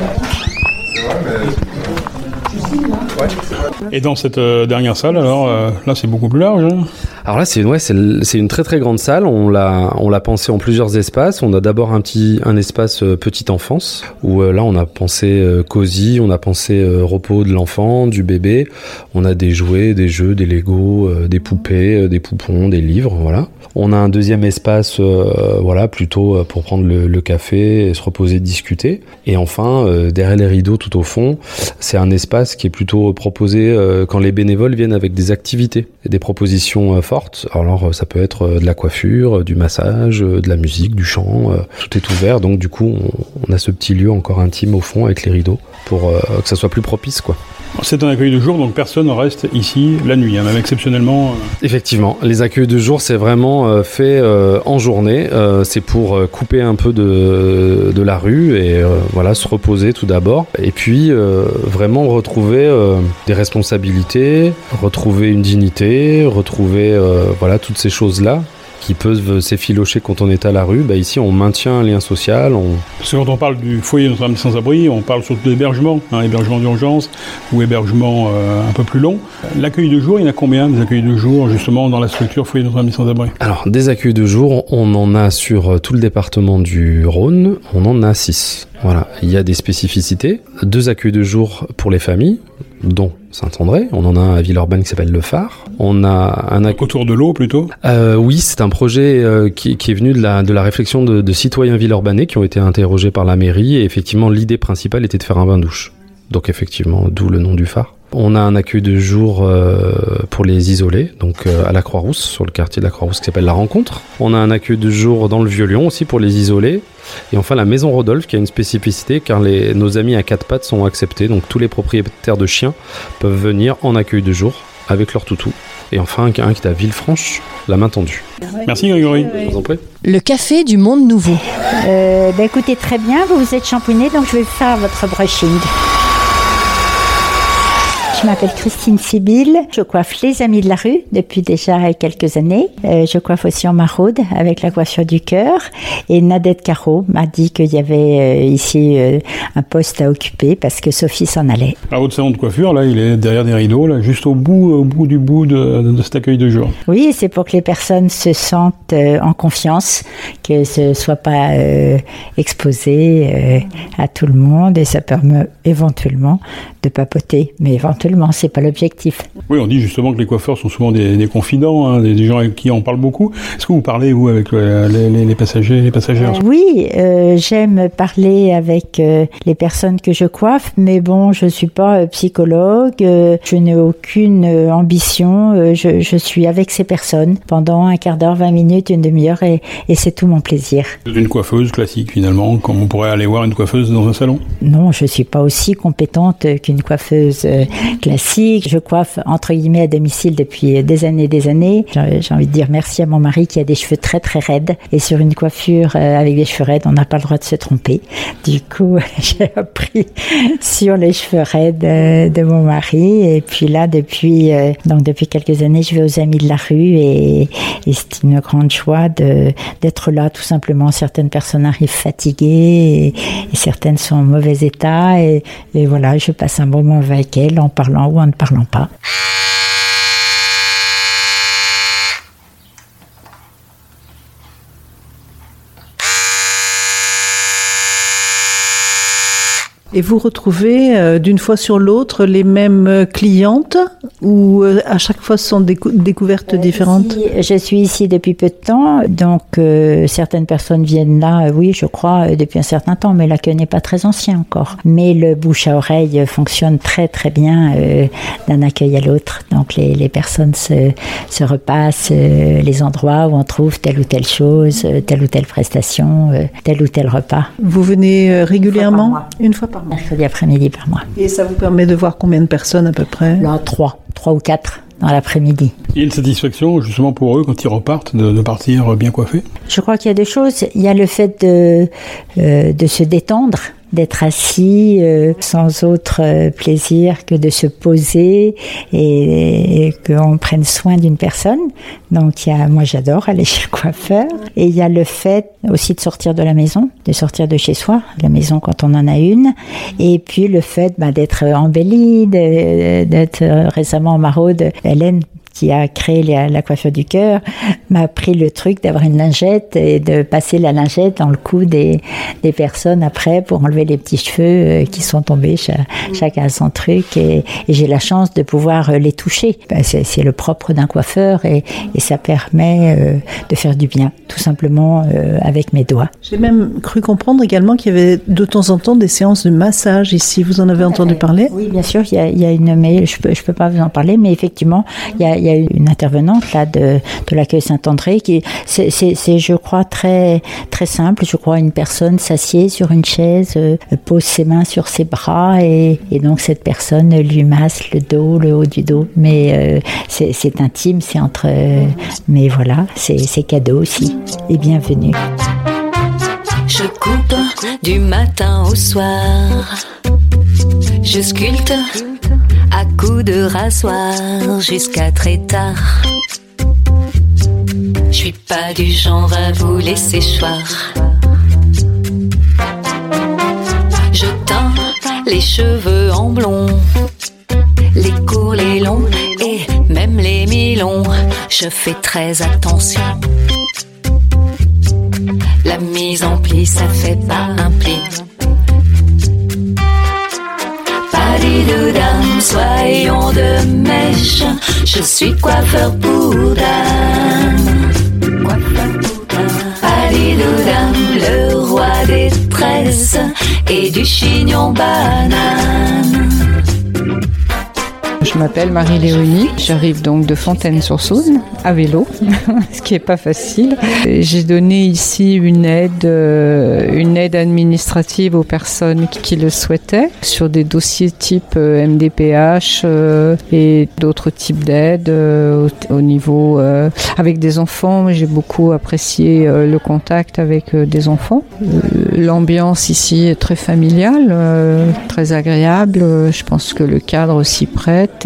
Et dans cette euh, dernière salle, alors euh, là c'est beaucoup plus large. Hein. Alors là c'est ouais, c'est, c'est une très très grande salle. On l'a on l'a pensé en plusieurs espaces. On a d'abord un petit un espace euh, petite enfance où euh, là on a pensé euh, cosy, on a pensé euh, repos de l'enfant, du bébé. On a des jouets, des jeux, des Lego, euh, des poupées, euh, des poupons, des livres, voilà. On a un deuxième espace, euh, voilà, plutôt pour prendre le, le café et se reposer, discuter. Et enfin, euh, derrière les rideaux, tout au fond, c'est un espace qui est plutôt proposé euh, quand les bénévoles viennent avec des activités, et des propositions euh, fortes. Alors, ça peut être euh, de la coiffure, du massage, euh, de la musique, du chant. Euh, tout est ouvert, donc du coup, on, on a ce petit lieu encore intime au fond avec les rideaux pour euh, que ça soit plus propice, quoi. C'est un accueil de jour, donc personne ne reste ici la nuit, hein, même exceptionnellement. Euh... Effectivement, les accueils de jour, c'est vraiment euh, fait euh, en journée. Euh, c'est pour euh, couper un peu de, de la rue et euh, voilà, se reposer tout d'abord. Et puis euh, vraiment retrouver euh, des responsabilités, retrouver une dignité, retrouver euh, voilà, toutes ces choses-là qui peuvent s'effilocher quand on est à la rue. Bah ici, on maintient un lien social. On... Parce que quand on parle du foyer Notre-Dame des Sans-Abri, on parle surtout d'hébergement, hein, hébergement d'urgence ou hébergement euh, un peu plus long. L'accueil de jour, il y en a combien des accueils de jour justement dans la structure foyer Notre-Dame des Sans-Abri ? Alors, des accueils de jour, on en a sur tout le département du Rhône, on en a six. Voilà, il y a des spécificités. Deux accueils de jour pour les familles, dont Saint-André. On en a un à Villeurbanne qui s'appelle Le Phare. On a un accueil... Autour de l'eau, plutôt euh, Oui, c'est un projet euh, qui, qui est venu de la, de la réflexion de, de citoyens villeurbanais qui ont été interrogés par la mairie. Et effectivement, l'idée principale était de faire un bain-douche. Donc effectivement, d'où le nom du phare. On a un accueil de jour euh, pour les isolés, donc euh, à la Croix-Rousse, sur le quartier de la Croix-Rousse qui s'appelle La Rencontre. On a un accueil de jour dans le Vieux-Lyon aussi pour les isolés. Et enfin la Maison Rodolphe qui a une spécificité car les, nos amis à quatre pattes sont acceptés. Donc tous les propriétaires de chiens peuvent venir en accueil de jour avec leur toutou. Et enfin un qui est à Villefranche, la main tendue. Merci Grégory. Je vous en prie. Le café du monde nouveau. Euh, bah écoutez, très bien, vous vous êtes championnés, donc je vais faire votre brushing. Je m'appelle Christine Sibylle, je coiffe les Amis de la rue depuis déjà quelques années. Euh, je coiffe aussi en maraude avec la coiffure du cœur. Et Nadette Caro m'a dit qu'il y avait euh, ici euh, un poste à occuper parce que Sophie s'en allait. À votre salon de coiffure, là, il est derrière des rideaux, là, juste au bout, au bout du bout de, de, de cet accueil de jour. Oui, c'est pour que les personnes se sentent euh, en confiance, que ce soit pas euh, exposé euh, à tout le monde et ça permet éventuellement de papoter. Mais éventuellement, c'est pas l'objectif. Oui, on dit justement que les coiffeurs sont souvent des, des confidents, hein, des, des gens avec qui on parle beaucoup. Est-ce que vous parlez, vous, avec les, les, les passagers, les passagères? euh, Oui, euh, j'aime parler avec euh, les personnes que je coiffe, mais bon, je suis pas euh, psychologue, euh, je n'ai aucune euh, ambition, euh, je, je suis avec ces personnes pendant un quart d'heure, vingt minutes, une demi-heure, et, et c'est tout mon plaisir. Une coiffeuse classique, finalement, comme on pourrait aller voir une coiffeuse dans un salon? Non, je suis pas aussi compétente qu'une coiffeuse euh, classique. Je coiffe, entre guillemets, à domicile depuis des années et des années. J'ai, j'ai envie de dire merci à mon mari qui a des cheveux très très raides. Et sur une coiffure euh, avec des cheveux raides, on n'a pas le droit de se tromper. Du coup, j'ai appris sur les cheveux raides euh, de mon mari. Et puis là, depuis euh, donc depuis quelques années, je vais aux Amis de la rue et, et c'est une grande joie de, d'être là, tout simplement. Certaines personnes arrivent fatiguées et, et certaines sont en mauvais état. Et, et voilà, je passe un bon moment avec elles en parlant ou en ne parlant pas. Et vous retrouvez euh, d'une fois sur l'autre les mêmes clientes ou euh, à chaque fois ce sont des décou- découvertes euh, différentes? Ici, je suis ici depuis peu de temps, donc euh, certaines personnes viennent là, euh, oui je crois, euh, depuis un certain temps, mais l'accueil n'est pas très ancien encore. Mais le bouche à oreille fonctionne très très bien euh, d'un accueil à l'autre, donc les, les personnes se, se repassent euh, les endroits où on trouve telle ou telle chose, euh, telle ou telle prestation, euh, tel ou tel repas. Vous venez euh, régulièrement? Une fois par mois. Mercredi après-midi par mois. Et ça vous permet de voir combien de personnes à peu près? Là, trois, trois ou quatre dans l'après-midi. Il y a une satisfaction justement pour eux quand ils repartent de, de partir bien coiffés? Je crois qu'il y a deux choses. Il y a le fait de, euh, de se détendre, d'être assis euh, sans autre euh, plaisir que de se poser et, et qu'on prenne soin d'une personne. Donc il y a, moi j'adore aller chez le coiffeur. Et il y a le fait aussi de sortir de la maison, de sortir de chez soi, la maison quand on en a une. Et puis le fait bah, d'être embelli, de, d'être récemment en maraude. Hélène, qui a créé la, la coiffure du cœur, m'a appris le truc d'avoir une lingette et de passer la lingette dans le cou des, des personnes après pour enlever les petits cheveux qui sont tombés, cha, chacun a son truc, et, et j'ai la chance de pouvoir les toucher. Ben c'est, c'est le propre d'un coiffeur et, et ça permet euh, de faire du bien, tout simplement euh, avec mes doigts. J'ai même cru comprendre également qu'il y avait de temps en temps des séances de massage ici, vous en avez entendu parler? Oui, bien sûr, il y a, il y a une, mais je peux, je peux pas vous en parler, mais effectivement, il y a, il y a une intervenante là de, de l'accueil Saint-André qui c'est, c'est, c'est je crois très très simple. Je crois une personne s'assied sur une chaise, euh, pose ses mains sur ses bras et, et donc cette personne lui masse le dos, le haut du dos. Mais euh, c'est, c'est intime, c'est entre. Euh, mais voilà, c'est, c'est cadeau aussi. Et bienvenue. Je coupe du matin au soir. Je sculpte à coups de rasoir jusqu'à très tard. Je suis pas du genre à vous laisser choir. Je teins les cheveux en blond, les courts, les longs et même les mi-longs. Je fais très attention. La mise en pli, ça fait pas un pli. Padidoudam, soyons de mèche. Je suis coiffeur pour dame. Coiffeur pour dame. Padidoudam, le roi des tresses et du chignon banane. Je m'appelle Marie-Léonie, j'arrive donc de Fontaine-sur-Saône, à vélo, ce qui n'est pas facile. J'ai donné ici une aide, une aide administrative aux personnes qui le souhaitaient, sur des dossiers type M D P H et d'autres types d'aides au niveau avec des enfants. J'ai beaucoup apprécié le contact avec des enfants. L'ambiance ici est très familiale, très agréable. Je pense que le cadre s'y prête.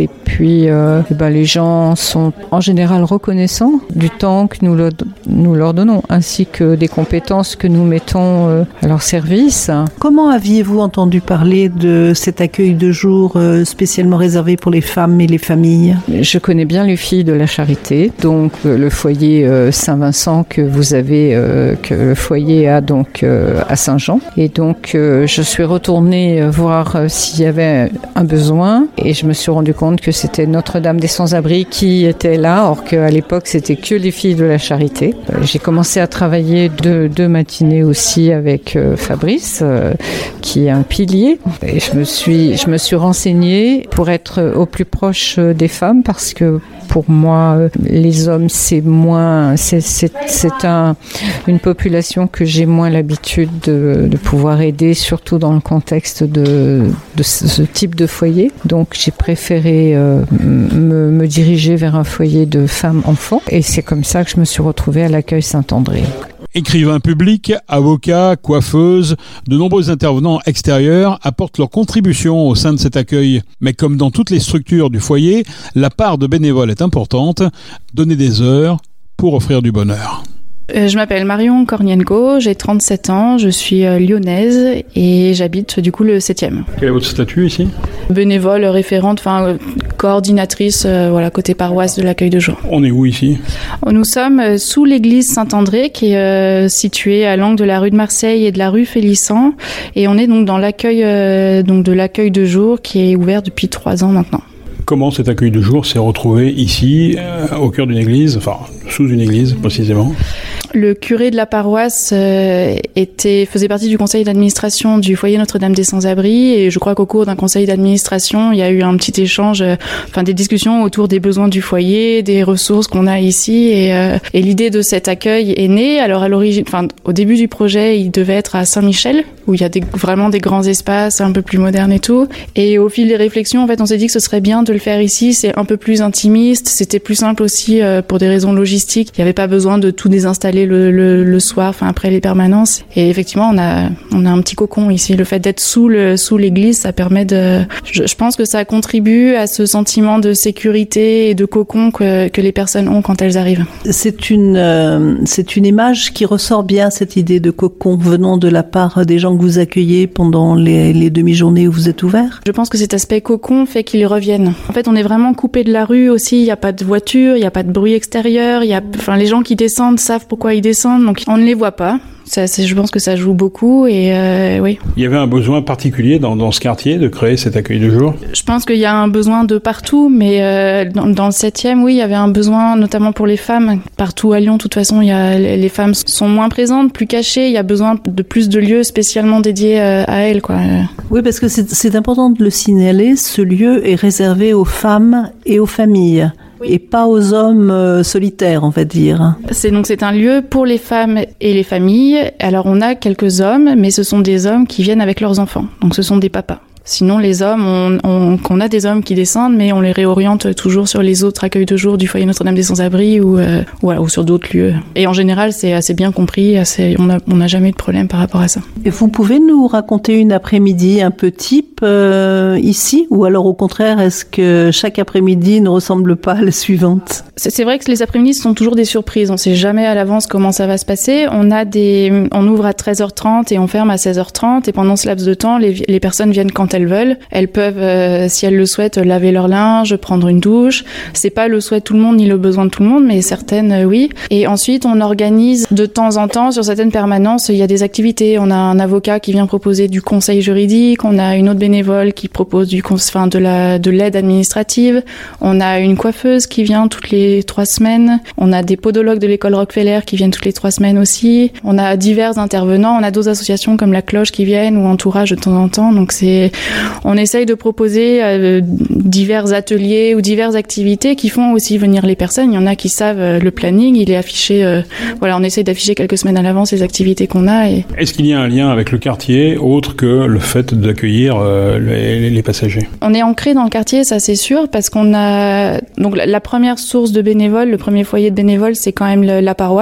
Et puis, euh, et ben, les gens sont en général reconnaissants du temps que nous, le, nous leur donnons, ainsi que des compétences que nous mettons euh, à leur service. Comment aviez-vous entendu parler de cet accueil de jour euh, spécialement réservé pour les femmes et les familles? Je connais bien les filles de la Charité, donc euh, le foyer euh, Saint-Vincent que vous avez, euh, que le foyer a donc euh, à Saint-Jean. Et donc, euh, je suis retournée voir euh, s'il y avait un besoin et je me suis rendu compte que c'était Notre-Dame des Sans-Abris qui était là, or qu'à l'époque, c'était que les filles de la Charité. Euh, j'ai commencé à travailler deux, deux matinées aussi avec euh, Fabrice, euh, qui est un pilier. Et je me suis, je me suis renseignée pour être au plus proche des femmes parce que pour moi, les hommes, c'est moins, c'est, c'est, c'est un, une population que j'ai moins l'habitude de, de pouvoir aider, surtout dans le contexte de, de ce type de foyer. Donc, j'ai préféré euh, me, me diriger vers un foyer de femmes-enfants. Et c'est comme ça que je me suis retrouvée à l'accueil Saint-André. Écrivains publics, avocats, coiffeuses, de nombreux intervenants extérieurs apportent leur contribution au sein de cet accueil. Mais comme dans toutes les structures du foyer, la part de bénévoles est importante. Donner des heures pour offrir du bonheur. Euh, je m'appelle Marion Kornienko, j'ai trente-sept ans, je suis euh, lyonnaise et j'habite du coup le septième. Quel est votre statut ici ? Bénévole, référente, enfin euh, coordinatrice, euh, voilà, côté paroisse de l'accueil de jour. On est où ici ? Nous sommes euh, sous l'église Saint-André qui est euh, située à l'angle de la rue de Marseille et de la rue Félissan et on est donc dans l'accueil euh, donc de l'accueil de jour qui est ouvert depuis trois ans maintenant. Comment cet accueil de jour s'est retrouvé ici, euh, au cœur d'une église, enfin sous une église précisément ? Le curé de la paroisse euh, était, faisait partie du conseil d'administration du foyer Notre-Dame des Sans-Abris et je crois qu'au cours d'un conseil d'administration, il y a eu un petit échange, euh, enfin des discussions autour des besoins du foyer, des ressources qu'on a ici et, euh, et l'idée de cet accueil est née. Alors à l'origine, enfin au début du projet, il devait être à Saint-Michel où il y a des, vraiment des grands espaces un peu plus modernes et tout. Et au fil des réflexions, en fait, on s'est dit que ce serait bien de le faire ici. C'est un peu plus intimiste, c'était plus simple aussi euh, pour des raisons logistiques. Il n'y avait pas besoin de tout désinstaller Le, le, le soir, enfin après les permanences. Et effectivement, on a on a un petit cocon ici. Le fait d'être sous le sous l'église, ça permet de. Je, je pense que ça contribue à ce sentiment de sécurité et de cocon que que les personnes ont quand elles arrivent. C'est une euh, c'est une image qui ressort bien, cette idée de cocon venant de la part des gens que vous accueillez pendant les, les demi-journées où vous êtes ouvert. Je pense que cet aspect cocon fait qu'ils reviennent. En fait, on est vraiment coupé de la rue aussi. Il y a pas de voiture, il y a pas de bruit extérieur. Il y a, enfin, les gens qui descendent savent pourquoi ils descendent, donc on ne les voit pas. Ça, c'est, je pense que ça joue beaucoup et euh, oui. Il y avait un besoin particulier dans, dans ce quartier de créer cet accueil de jour ? Je pense qu'il y a un besoin de partout, mais euh, dans, dans le septième, oui, il y avait un besoin notamment pour les femmes. Partout à Lyon, de toute façon, il y a, les femmes sont moins présentes, plus cachées. Il y a besoin de plus de lieux spécialement dédiés euh, à elles, quoi. Oui, parce que c'est, c'est important de le signaler. Ce lieu est réservé aux femmes et aux familles. Et pas aux hommes euh, solitaires, on va dire. C'est donc c'est un lieu pour les femmes et les familles. Alors on a quelques hommes, mais ce sont des hommes qui viennent avec leurs enfants. Donc ce sont des papas. Sinon, les hommes, on, on, on a des hommes qui descendent, mais on les réoriente toujours sur les autres accueils de jour du foyer Notre-Dame des Sans-Abris ou, euh, voilà, ou sur d'autres lieux. Et en général, c'est assez bien compris, assez, on n'a on a jamais eu de problème par rapport à ça. Et vous pouvez nous raconter une après-midi un peu type euh, ici, ou alors au contraire, est-ce que chaque après-midi ne ressemble pas à la suivante ? C'est, c'est vrai que les après-midi sont toujours des surprises. On ne sait jamais à l'avance comment ça va se passer. On a des, on ouvre à treize heures trente et on ferme à seize heures trente. Et pendant ce laps de temps, les, les personnes viennent quand elles veulent. Elles peuvent, euh, si elles le souhaitent, laver leur linge, prendre une douche. C'est pas le souhait de tout le monde ni le besoin de tout le monde, mais certaines, euh, oui. Et ensuite, on organise de temps en temps, sur certaines permanences, il y a des activités. On a un avocat qui vient proposer du conseil juridique. On a une autre bénévole qui propose du, enfin, de la, de l'aide administrative. On a une coiffeuse qui vient toutes les trois semaines. On a des podologues de l'école Rockefeller qui viennent toutes les trois semaines aussi. On a divers intervenants. On a d'autres associations comme la Cloche qui viennent ou Entourage de temps en temps. Donc c'est, on essaye de proposer euh, divers ateliers ou diverses activités qui font aussi venir les personnes. Il y en a qui savent euh, le planning, il est affiché. Euh, voilà, on essaye d'afficher quelques semaines à l'avance les activités qu'on a. Et... Est-ce qu'il y a un lien avec le quartier autre que le fait d'accueillir euh, les, les passagers ? On est ancré dans le quartier, ça c'est sûr, parce qu'on a donc la, la première source de bénévoles, le premier foyer de bénévoles, c'est quand même le, la paroisse.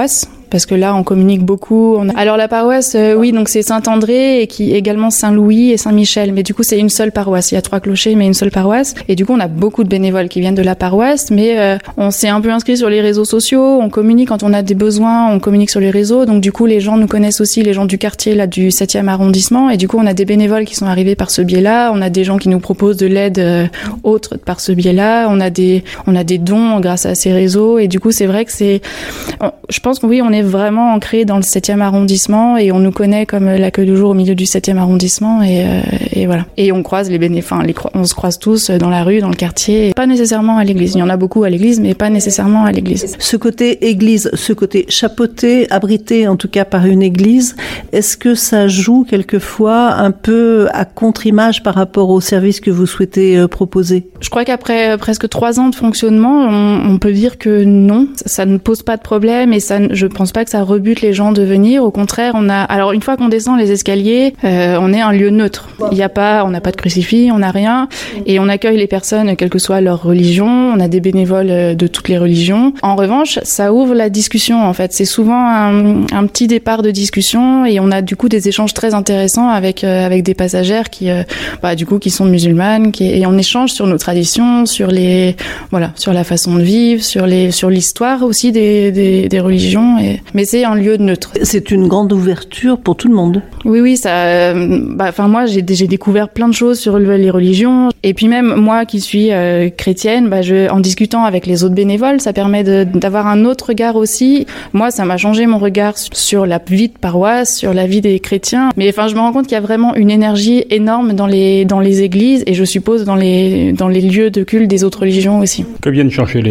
parce que là, on communique beaucoup. On a... Alors la paroisse, euh, oui, donc c'est Saint-André et qui également Saint-Louis et Saint-Michel. Mais du coup, c'est une seule paroisse. Il y a trois clochers, mais une seule paroisse. Et du coup, on a beaucoup de bénévoles qui viennent de la paroisse, mais euh, on s'est un peu inscrit sur les réseaux sociaux. On communique quand on a des besoins, on communique sur les réseaux. Donc du coup, les gens nous connaissent aussi, les gens du quartier là du septième arrondissement. Et du coup, on a des bénévoles qui sont arrivés par ce biais-là. On a des gens qui nous proposent de l'aide euh, autre par ce biais-là. On a des on a des dons grâce à ces réseaux. Et du coup, c'est vrai que c'est, je pense que oui, on est vraiment ancré dans le septième arrondissement et on nous connaît comme l'accueil de jour au milieu du septième arrondissement et, euh, et voilà. Et on croise les bénéfices, enfin, les, on se croise tous dans la rue, dans le quartier, pas nécessairement à l'église. Il y en a beaucoup à l'église, mais pas nécessairement à l'église. Ce côté église, ce côté chapeauté, abrité en tout cas par une église, est-ce que ça joue quelquefois un peu à contre-image par rapport au service que vous souhaitez euh, proposer? Je crois qu'après presque trois ans de fonctionnement, on, on peut dire que non, ça, ça ne pose pas de problème et ça, je pense pas que ça rebute les gens de venir. Au contraire, on a, alors une fois qu'on descend les escaliers, euh, on est un lieu neutre. Il y a pas, on n'a pas de crucifix, on n'a rien et on accueille les personnes quelle que soit leur religion. On a des bénévoles de toutes les religions. En revanche, ça ouvre la discussion. En fait, c'est souvent un, un petit départ de discussion et on a du coup des échanges très intéressants avec euh, avec des passagères qui, euh, bah, du coup, qui sont musulmanes, qui, et on échange sur nos traditions, sur les, voilà, sur la façon de vivre, sur les, sur l'histoire aussi des des, des religions. Et, mais c'est un lieu neutre. C'est une grande ouverture pour tout le monde. Oui, oui, ça. Euh, bah, enfin, moi, j'ai j'ai découvert plein de choses sur les religions. Et puis même moi, qui suis euh, chrétienne, bah, je, en discutant avec les autres bénévoles, ça permet de, d'avoir un autre regard aussi. Moi, ça m'a changé mon regard sur la vie de paroisse, sur la vie des chrétiens. Mais enfin, je me rends compte qu'il y a vraiment une énergie énorme dans les dans les églises et je suppose dans les dans les lieux de culte des autres religions aussi. Que viennent chercher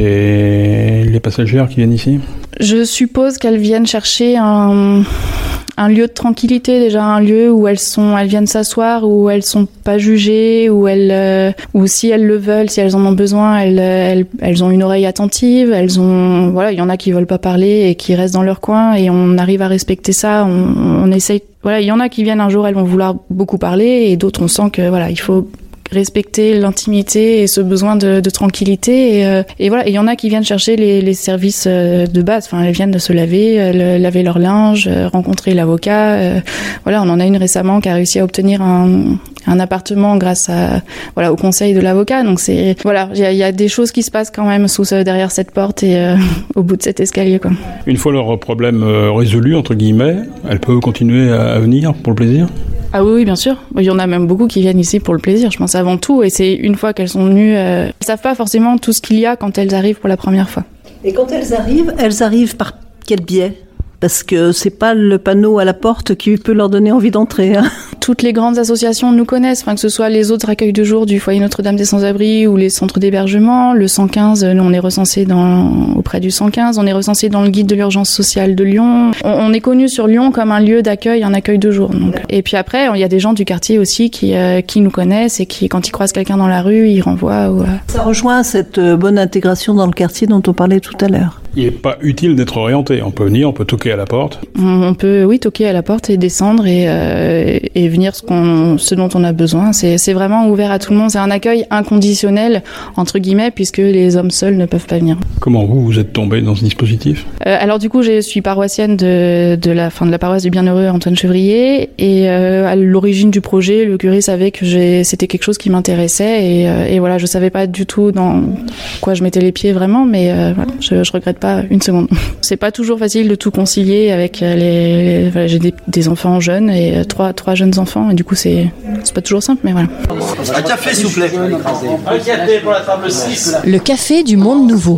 les les passagères qui viennent ici? Je suppose qu'elles viennent chercher un un lieu de tranquillité, déjà un lieu où elles sont, elles viennent s'asseoir, où elles sont pas jugées, où elles, euh, ou si elles le veulent, si elles en ont besoin, elles, elles, elles ont une oreille attentive. Elles ont, voilà, il y en a qui veulent pas parler et qui restent dans leur coin et on arrive à respecter ça. On, on essaye, voilà, il y en a qui viennent un jour, elles vont vouloir beaucoup parler et d'autres on sent que voilà, il faut respecter l'intimité et ce besoin de, de tranquillité et, euh, et voilà, il y en a qui viennent chercher les, les services euh, de base, enfin elles viennent de se laver, euh, laver leur linge, euh, rencontrer l'avocat, euh, voilà, on en a une récemment qui a réussi à obtenir un, un appartement grâce à voilà au conseil de l'avocat, donc c'est voilà, il y a, y a des choses qui se passent quand même sous ce, derrière cette porte et euh, au bout de cet escalier quoi. Une fois leur problème euh, résolu entre guillemets, elles peuvent continuer à, à venir pour le plaisir? Ah oui, oui, bien sûr. Il y en a même beaucoup qui viennent ici pour le plaisir, je pense avant tout. Et c'est une fois qu'elles sont venues, euh, elles savent pas forcément tout ce qu'il y a quand elles arrivent pour la première fois. Et quand elles arrivent, elles arrivent par quel biais ? Parce que c'est pas le panneau à la porte qui peut leur donner envie d'entrer. Hein. Toutes les grandes associations nous connaissent, enfin, que ce soit les autres accueils de jour du foyer Notre-Dame des Sans-Abris ou les centres d'hébergement. Le cent quinze, nous on est recensé dans, auprès du cent quinze, on est recensé dans le guide de l'urgence sociale de Lyon. On, on est connu sur Lyon comme un lieu d'accueil, un accueil de jour. Donc. Et puis après, il y a des gens du quartier aussi qui, euh, qui nous connaissent et qui, quand ils croisent quelqu'un dans la rue, ils renvoient. Ou, euh... Ça rejoint cette bonne intégration dans le quartier dont on parlait tout à l'heure. Il n'est pas utile d'être orienté. On peut venir, on peut toquer à la porte. On peut, oui, toquer à la porte et descendre et, euh, et venir ce, qu'on, ce dont on a besoin. C'est, c'est vraiment ouvert à tout le monde. C'est un accueil inconditionnel, entre guillemets, puisque les hommes seuls ne peuvent pas venir. Comment vous, vous êtes tombé dans ce dispositif ? euh, Alors du coup, je suis paroissienne de, de, la, fin, de la paroisse du Bienheureux Antoine Chevrier. Et euh, à l'origine du projet, le curé savait que j'ai, c'était quelque chose qui m'intéressait. Et, euh, et voilà, je savais pas du tout dans quoi je mettais les pieds vraiment, mais euh, voilà, je, je regrette pas une seconde. C'est pas toujours facile de tout concilier avec les, les voilà, j'ai des, des enfants jeunes et trois trois jeunes enfants et du coup c'est c'est pas toujours simple mais voilà. Un café s'il vous plaît. Un café pour la table six. Le café du monde nouveau.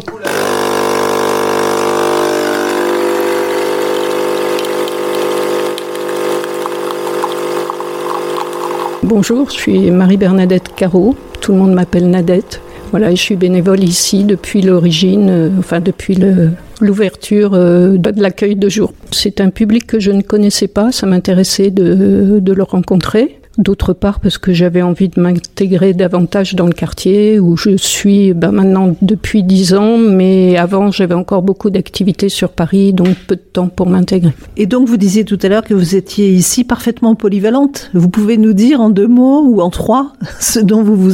Bonjour, je suis Marie-Bernadette Carreau. Tout le monde m'appelle Nadette. Voilà, je suis bénévole ici depuis l'origine, euh, enfin depuis le, l'ouverture euh, de l'accueil de jour. C'est un public que je ne connaissais pas, ça m'intéressait de, de le rencontrer. D'autre part parce que j'avais envie de m'intégrer davantage dans le quartier où je suis ben, maintenant depuis dix ans, mais avant j'avais encore beaucoup d'activités sur Paris, donc peu de temps pour m'intégrer. Et donc vous disiez tout à l'heure que vous étiez ici parfaitement polyvalente. Vous pouvez nous dire en deux mots ou en trois ce dont vous vous occupez ?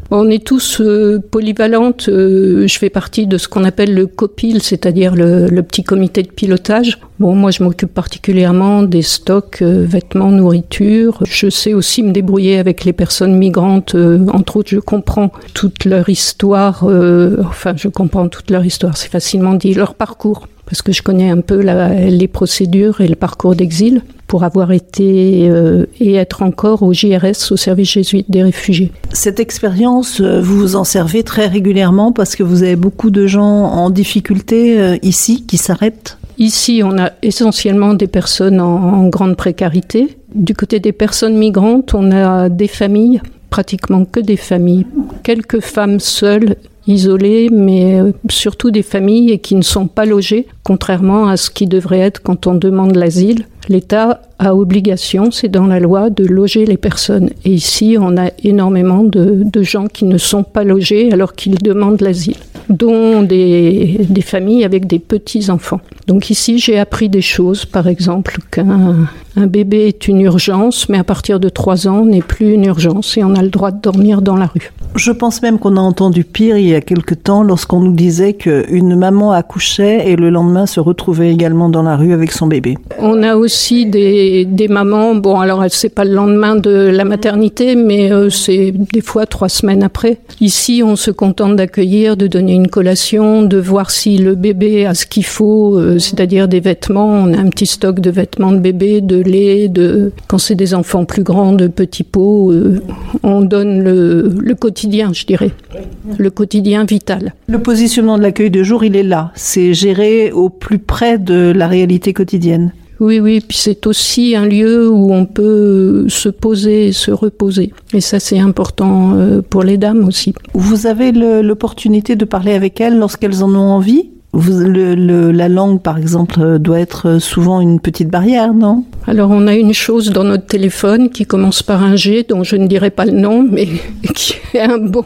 On est tous euh, polyvalentes. Euh, je fais partie de ce qu'on appelle le COPIL, c'est-à-dire le, le petit comité de pilotage. Bon, moi, je m'occupe particulièrement des stocks, euh, vêtements, nourriture. Je sais aussi me débrouiller avec les personnes migrantes. Euh, entre autres, je comprends toute leur histoire. Euh, enfin, je comprends toute leur histoire. C'est facilement dit, leur parcours. Parce que je connais un peu la, les procédures et le parcours d'exil pour avoir été euh, et être encore au J R S, au service jésuite des réfugiés. Cette expérience, vous vous en servez très régulièrement parce que vous avez beaucoup de gens en difficulté euh, ici qui s'arrêtent. Ici, on a essentiellement des personnes en, en grande précarité. Du côté des personnes migrantes, on a des familles, pratiquement que des familles. Quelques femmes seules, isolées, mais surtout des familles qui ne sont pas logées, contrairement à ce qui devrait être quand on demande l'asile. L'État a obligation, c'est dans la loi, de loger les personnes. Et ici, on a énormément de, de gens qui ne sont pas logés alors qu'ils demandent l'asile, dont des, des familles avec des petits-enfants. Donc ici, j'ai appris des choses, par exemple, qu'un un bébé est une urgence, mais à partir de trois ans, n'est plus une urgence et on a le droit de dormir dans la rue. Je pense même qu'on a entendu pire il y a quelque temps lorsqu'on nous disait qu'une maman accouchait et le lendemain se retrouvait également dans la rue avec son bébé. On a aussi des, des mamans, bon alors c'est pas le lendemain de la maternité, mais euh, c'est des fois trois semaines après. Ici, on se contente d'accueillir, de donner une collation, de voir si le bébé a ce qu'il faut, euh, c'est-à-dire des vêtements. On a un petit stock de vêtements de bébé, de lait, de quand c'est des enfants plus grands, de petits pots. Euh, on donne le, le quotidien, je dirais, le quotidien vital. Le positionnement de l'accueil de jour, il est là. C'est géré au plus près de la réalité quotidienne. Oui, oui, puis c'est aussi un lieu où on peut se poser, se reposer. Et ça, c'est important pour les dames aussi. Vous avez le, l'opportunité de parler avec elles lorsqu'elles en ont envie ? Vous, le, le, la langue, par exemple, doit être souvent une petite barrière, non ? Alors, on a une chose dans notre téléphone qui commence par un G, dont je ne dirai pas le nom, mais qui est un bon,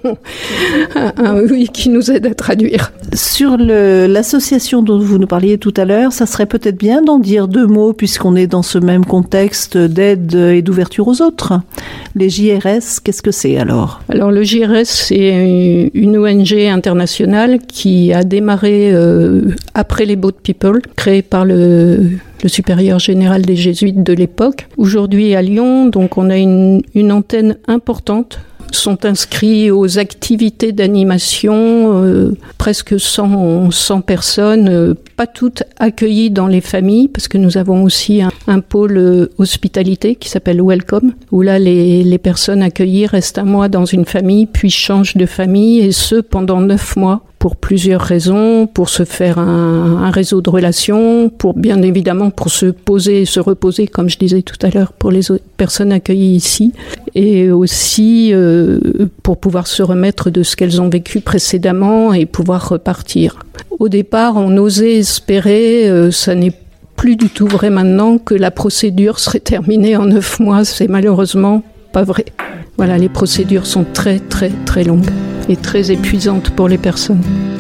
un, un oui, qui nous aide à traduire. Sur le, l'association dont vous nous parliez tout à l'heure, ça serait peut-être bien d'en dire deux mots, puisqu'on est dans ce même contexte d'aide et d'ouverture aux autres. Les J R S, qu'est-ce que c'est alors ? Alors, le J R S, c'est une O N G internationale qui a démarré euh, après les Boat People, créé par le, le supérieur général des Jésuites de l'époque. Aujourd'hui à Lyon, donc on a une, une antenne importante. Sont inscrits aux activités d'animation euh, presque cent, cent personnes, euh, pas toutes accueillies dans les familles, parce que nous avons aussi un, un pôle euh, hospitalité qui s'appelle Welcome, où là les, les personnes accueillies restent un mois dans une famille, puis changent de famille, et ce pendant neuf mois. Pour plusieurs raisons, pour se faire un, un réseau de relations, pour bien évidemment pour se poser et se reposer, comme je disais tout à l'heure, pour les autres personnes accueillies ici, et aussi euh, pour pouvoir se remettre de ce qu'elles ont vécu précédemment et pouvoir repartir. Au départ, on osait espérer, euh, ça n'est plus du tout vrai maintenant, que la procédure serait terminée en neuf mois. C'est malheureusement pas vrai. Voilà, les procédures sont très très très longues et très épuisantes pour les personnes.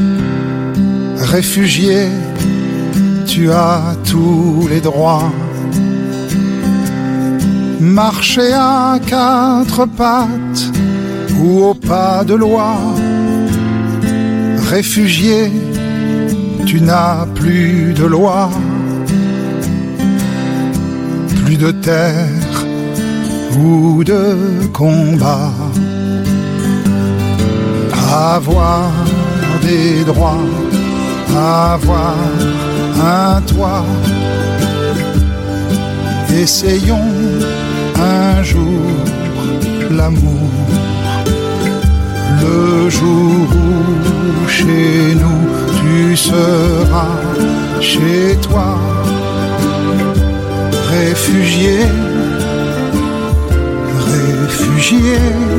Réfugié, tu as tous les droits. Marcher à quatre pattes ou au pas de loi. Réfugié, tu n'as plus de loi, plus de terre ou de combat. Avoir des droits, avoir un toit. Essayons un jour l'amour, le jour où chez nous tu seras chez toi. Réfugié, réfugié,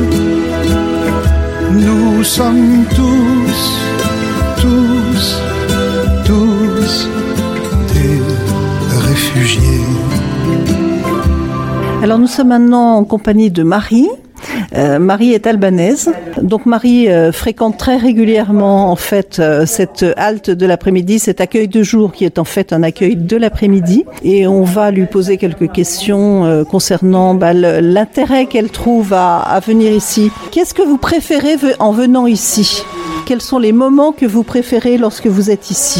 nous sommes tous, tous, tous des réfugiés. Alors nous sommes maintenant en compagnie de Marie. Euh, Marie est albanaise. Donc Marie euh, fréquente très régulièrement en fait euh, cette halte de l'après-midi, cet accueil de jour qui est en fait un accueil de l'après-midi. Et on va lui poser quelques questions euh, concernant bah, le, l'intérêt qu'elle trouve à, à venir ici. Qu'est-ce que vous préférez en venant ici ? Quels sont les moments que vous préférez lorsque vous êtes ici?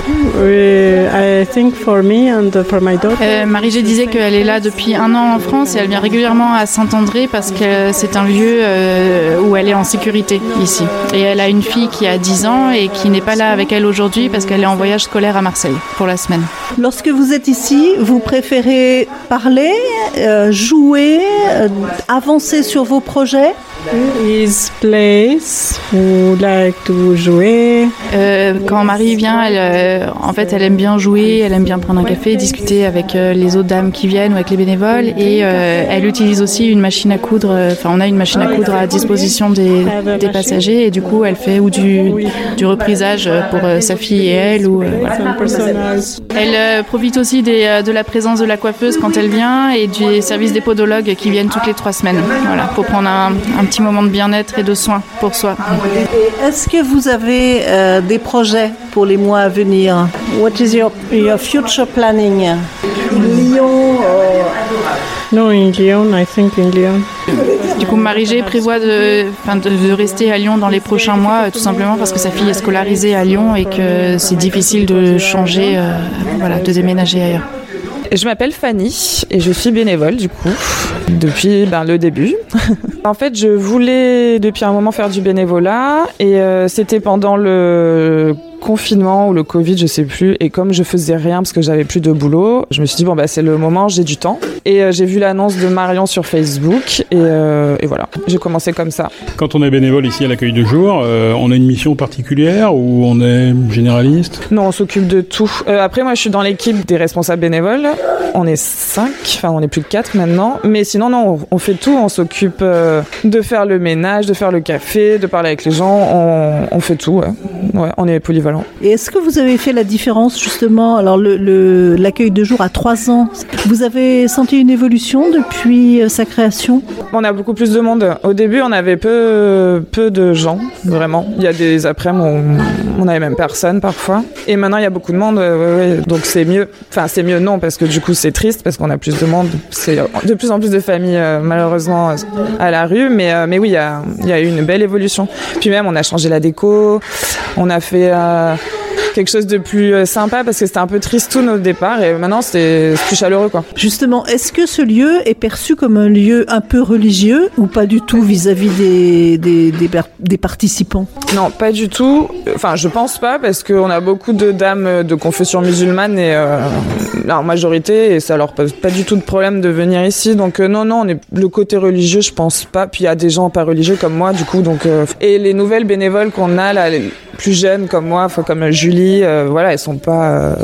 I think for me and for my daughter. Euh, Marie-G disait qu'elle est là depuis un an en France et elle vient régulièrement à Saint-André parce que c'est un lieu euh, où elle est en sécurité ici. Et elle a une fille qui a dix ans et qui n'est pas là avec elle aujourd'hui parce qu'elle est en voyage scolaire à Marseille pour la semaine. Lorsque vous êtes ici, vous préférez parler, euh, jouer, euh, avancer sur vos projets? Is place who like to jouer. Euh, quand Marie vient, elle, euh, en fait, elle aime bien jouer, elle aime bien prendre un café, discuter avec euh, les autres dames qui viennent ou avec les bénévoles. Et euh, elle utilise aussi une machine à coudre. Enfin, on a une machine à coudre à disposition des, des passagers et du coup, elle fait ou du, du reprisage pour euh, sa fille et elle. Ou, euh, voilà. Elle euh, profite aussi des, euh, de la présence de la coiffeuse quand elle vient et du service des podologues qui viennent toutes les trois semaines. Voilà, pour prendre un, un petit moment de bien-être et de soins pour soi. Et est-ce que vous avez euh, des projets pour les mois à venir? What is your, your future planning? Lyon or... Non, in Lyon, I think in Lyon. Du coup, Marie-G prévoit de, enfin, de, de rester à Lyon dans les prochains mois, tout simplement parce que sa fille est scolarisée à Lyon et que c'est difficile de changer, euh, voilà, de déménager ailleurs. Je m'appelle Fanny et je suis bénévole du coup depuis ben, le début. En fait, je voulais depuis un moment faire du bénévolat et euh, c'était pendant le confinement ou le Covid, je sais plus. Et comme je faisais rien parce que j'avais plus de boulot, je me suis dit bon bah c'est le moment, j'ai du temps. Et euh, j'ai vu l'annonce de Marion sur Facebook et, euh, et voilà, j'ai commencé comme ça. Quand on est bénévole ici à l'accueil de jour, euh, on a une mission particulière ou on est généraliste? Non, on s'occupe de tout. Euh, après moi je suis dans l'équipe des responsables bénévoles. On est cinq, enfin on est plus de quatre maintenant. Mais sinon non, on, on fait tout. On s'occupe euh, de faire le ménage, de faire le café, de parler avec les gens. On, on fait tout. Ouais. Ouais, on est polyvalent. Et est-ce que vous avez fait la différence justement, alors le, le, l'accueil de jour à trois ans, vous avez senti une évolution depuis sa création? On a beaucoup plus de monde. Au début, on avait peu, peu de gens, vraiment. Il y a des après-midi, on n'avait même personne parfois. Et maintenant, il y a beaucoup de monde, ouais, ouais. Donc c'est mieux. Enfin, c'est mieux non, parce que du coup, c'est triste, parce qu'on a plus de monde. C'est de plus en plus de familles, euh, malheureusement, à la rue. Mais, euh, mais oui, il y a, il y a eu une belle évolution. Puis même, on a changé la déco. On a fait euh, quelque chose de plus euh, sympa parce que c'était un peu tristoun au départ et maintenant c'est, c'est plus chaleureux quoi. Justement, est-ce que ce lieu est perçu comme un lieu un peu religieux ou pas du tout vis-à-vis des, des, des, des participants? Non, pas du tout. Enfin, je pense pas parce qu'on a beaucoup de dames de confession musulmane et euh, en majorité et ça leur pose pas du tout de problème de venir ici. Donc euh, non, non, on est le côté religieux, je pense pas. Puis il y a des gens pas religieux comme moi du coup. Donc euh, et les nouvelles bénévoles qu'on a là, les plus jeunes comme moi, comme Julie, euh, voilà, elles sont pas. Euh...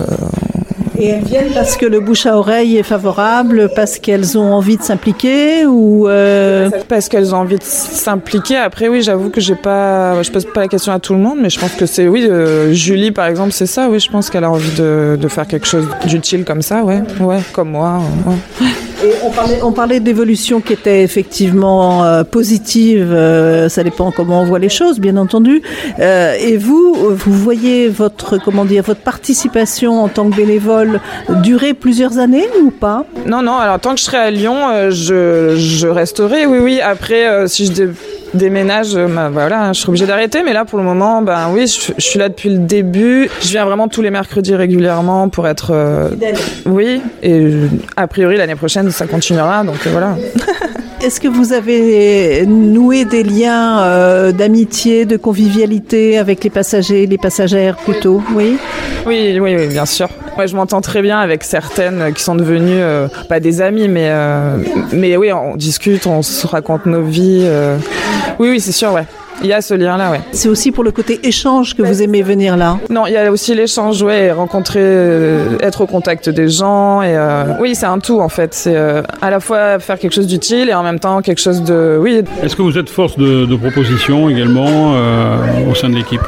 Et elles viennent parce que le bouche à oreille est favorable, parce qu'elles ont envie de s'impliquer ou euh... parce qu'elles ont envie de s'impliquer. Après, oui, j'avoue que j'ai pas, je pose pas la question à tout le monde, mais je pense que c'est oui. Euh, Julie, par exemple, c'est ça. Oui, je pense qu'elle a envie de, de faire quelque chose d'utile comme ça, ouais, ouais, comme moi. Ouais. Et on parlait, on parlait d'évolution qui était effectivement euh, positive, euh, ça dépend comment on voit les choses, bien entendu. Euh, et vous, vous voyez votre, comment dire, votre participation en tant que bénévole durer plusieurs années ou pas? Non, non, alors tant que je serai à Lyon, euh, je, je resterai, oui, oui. Après, euh, si je dé- déménage, euh, bah, voilà, je serai obligée d'arrêter. Mais là, pour le moment, ben oui, je, je suis là depuis le début. Je viens vraiment tous les mercredis régulièrement pour être... Euh, oui, et euh, a priori, l'année prochaine, ça continuera, donc euh, voilà. Est-ce que vous avez noué des liens euh, d'amitié, de convivialité avec les passagers, les passagères plutôt, oui? Oui, oui, oui, bien sûr. Moi, je m'entends très bien avec certaines qui sont devenues, euh, pas des amies, mais, euh, mais oui, on discute, on se raconte nos vies. Euh... Oui, oui, c'est sûr, ouais. Il y a ce lien-là, ouais. C'est aussi pour le côté échange que vous aimez venir là? Non, il y a aussi l'échange, ouais, rencontrer, euh, être au contact des gens. Et euh, oui, c'est un tout en fait. C'est euh, à la fois faire quelque chose d'utile et en même temps quelque chose de... Oui. Est-ce que vous êtes force de, de proposition également euh, au sein de l'équipe?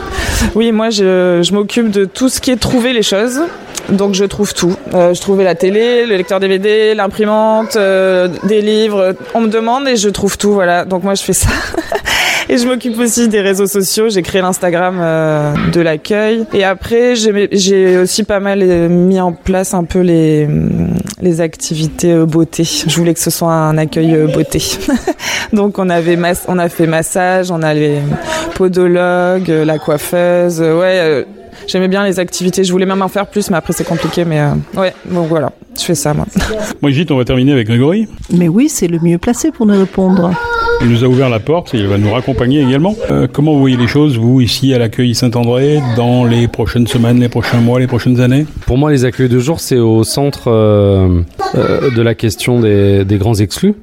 Oui, moi je, je m'occupe de tout ce qui est trouver les choses. Donc je trouve tout. Euh, je trouvais la télé, le lecteur D V D, l'imprimante, euh, des livres. On me demande et je trouve tout, voilà. Donc moi je fais ça. Et je m'occupe aussi des réseaux sociaux. J'ai créé l'Instagram euh, de l'accueil. Et après, j'ai, j'ai aussi pas mal mis en place un peu les, les activités euh, beauté. Je voulais que ce soit un accueil euh, beauté. Donc on avait mas- on a fait massage, on a les podologues, la coiffeuse. Euh, ouais. Euh, J'aimais bien les activités, je voulais même en faire plus, mais après c'est compliqué, mais euh, ouais, donc voilà, je fais ça moi. Brigitte, on va terminer avec Grégory. Mais oui, c'est le mieux placé pour nous répondre. Il nous a ouvert la porte et il va nous raccompagner également. Euh, comment vous voyez les choses, vous, ici à l'accueil Saint-André, dans les prochaines semaines, les prochains mois, les prochaines années? Pour moi, les accueils de jour, c'est au centre euh, euh, de la question des, des grands exclus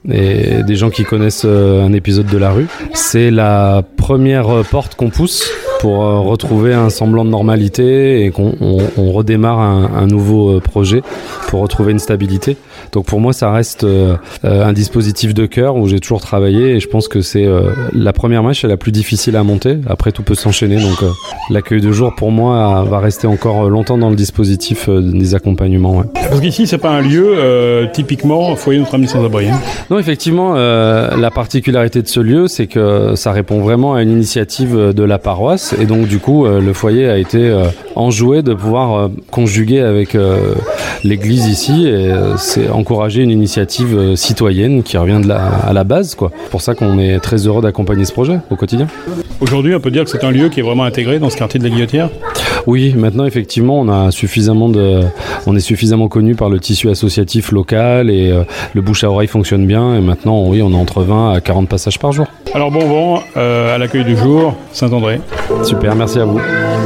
et des gens qui connaissent euh, un épisode de la rue. C'est la première porte qu'on pousse pour euh, retrouver un semblant de normalité et qu'on on, on redémarre un, un nouveau euh, projet pour retrouver une stabilité. Donc pour moi, ça reste euh, un dispositif de cœur où j'ai toujours travaillé et je pense que c'est euh, la première marche est la plus difficile à monter. Après, tout peut s'enchaîner. Donc euh, l'accueil de jour, pour moi, va rester encore longtemps dans le dispositif euh, des accompagnements. Ouais. Parce qu'ici, c'est pas un lieu euh, typiquement foyer Notre-Dame sans-abri. Hein. Non, effectivement, euh, la particularité de ce lieu, c'est que ça répond vraiment à une initiative de la paroisse. Et donc du coup, euh, le foyer a été euh, enjoué de pouvoir euh, conjuguer avec euh, l'église ici et euh, c'est encourager une initiative euh, citoyenne qui revient de la, à la base, quoi. C'est pour ça qu'on est très heureux d'accompagner ce projet au quotidien. Aujourd'hui, on peut dire que c'est un lieu qui est vraiment intégré dans ce quartier de la Guillotière? Oui, maintenant effectivement, on a suffisamment de, on est suffisamment connu par le tissu associatif local et euh, le bouche à oreille fonctionne bien et maintenant, oui, on a entre vingt à quarante passages par jour. Alors bon vent euh, à l'accueil du jour, Saint-André. Super, merci à vous.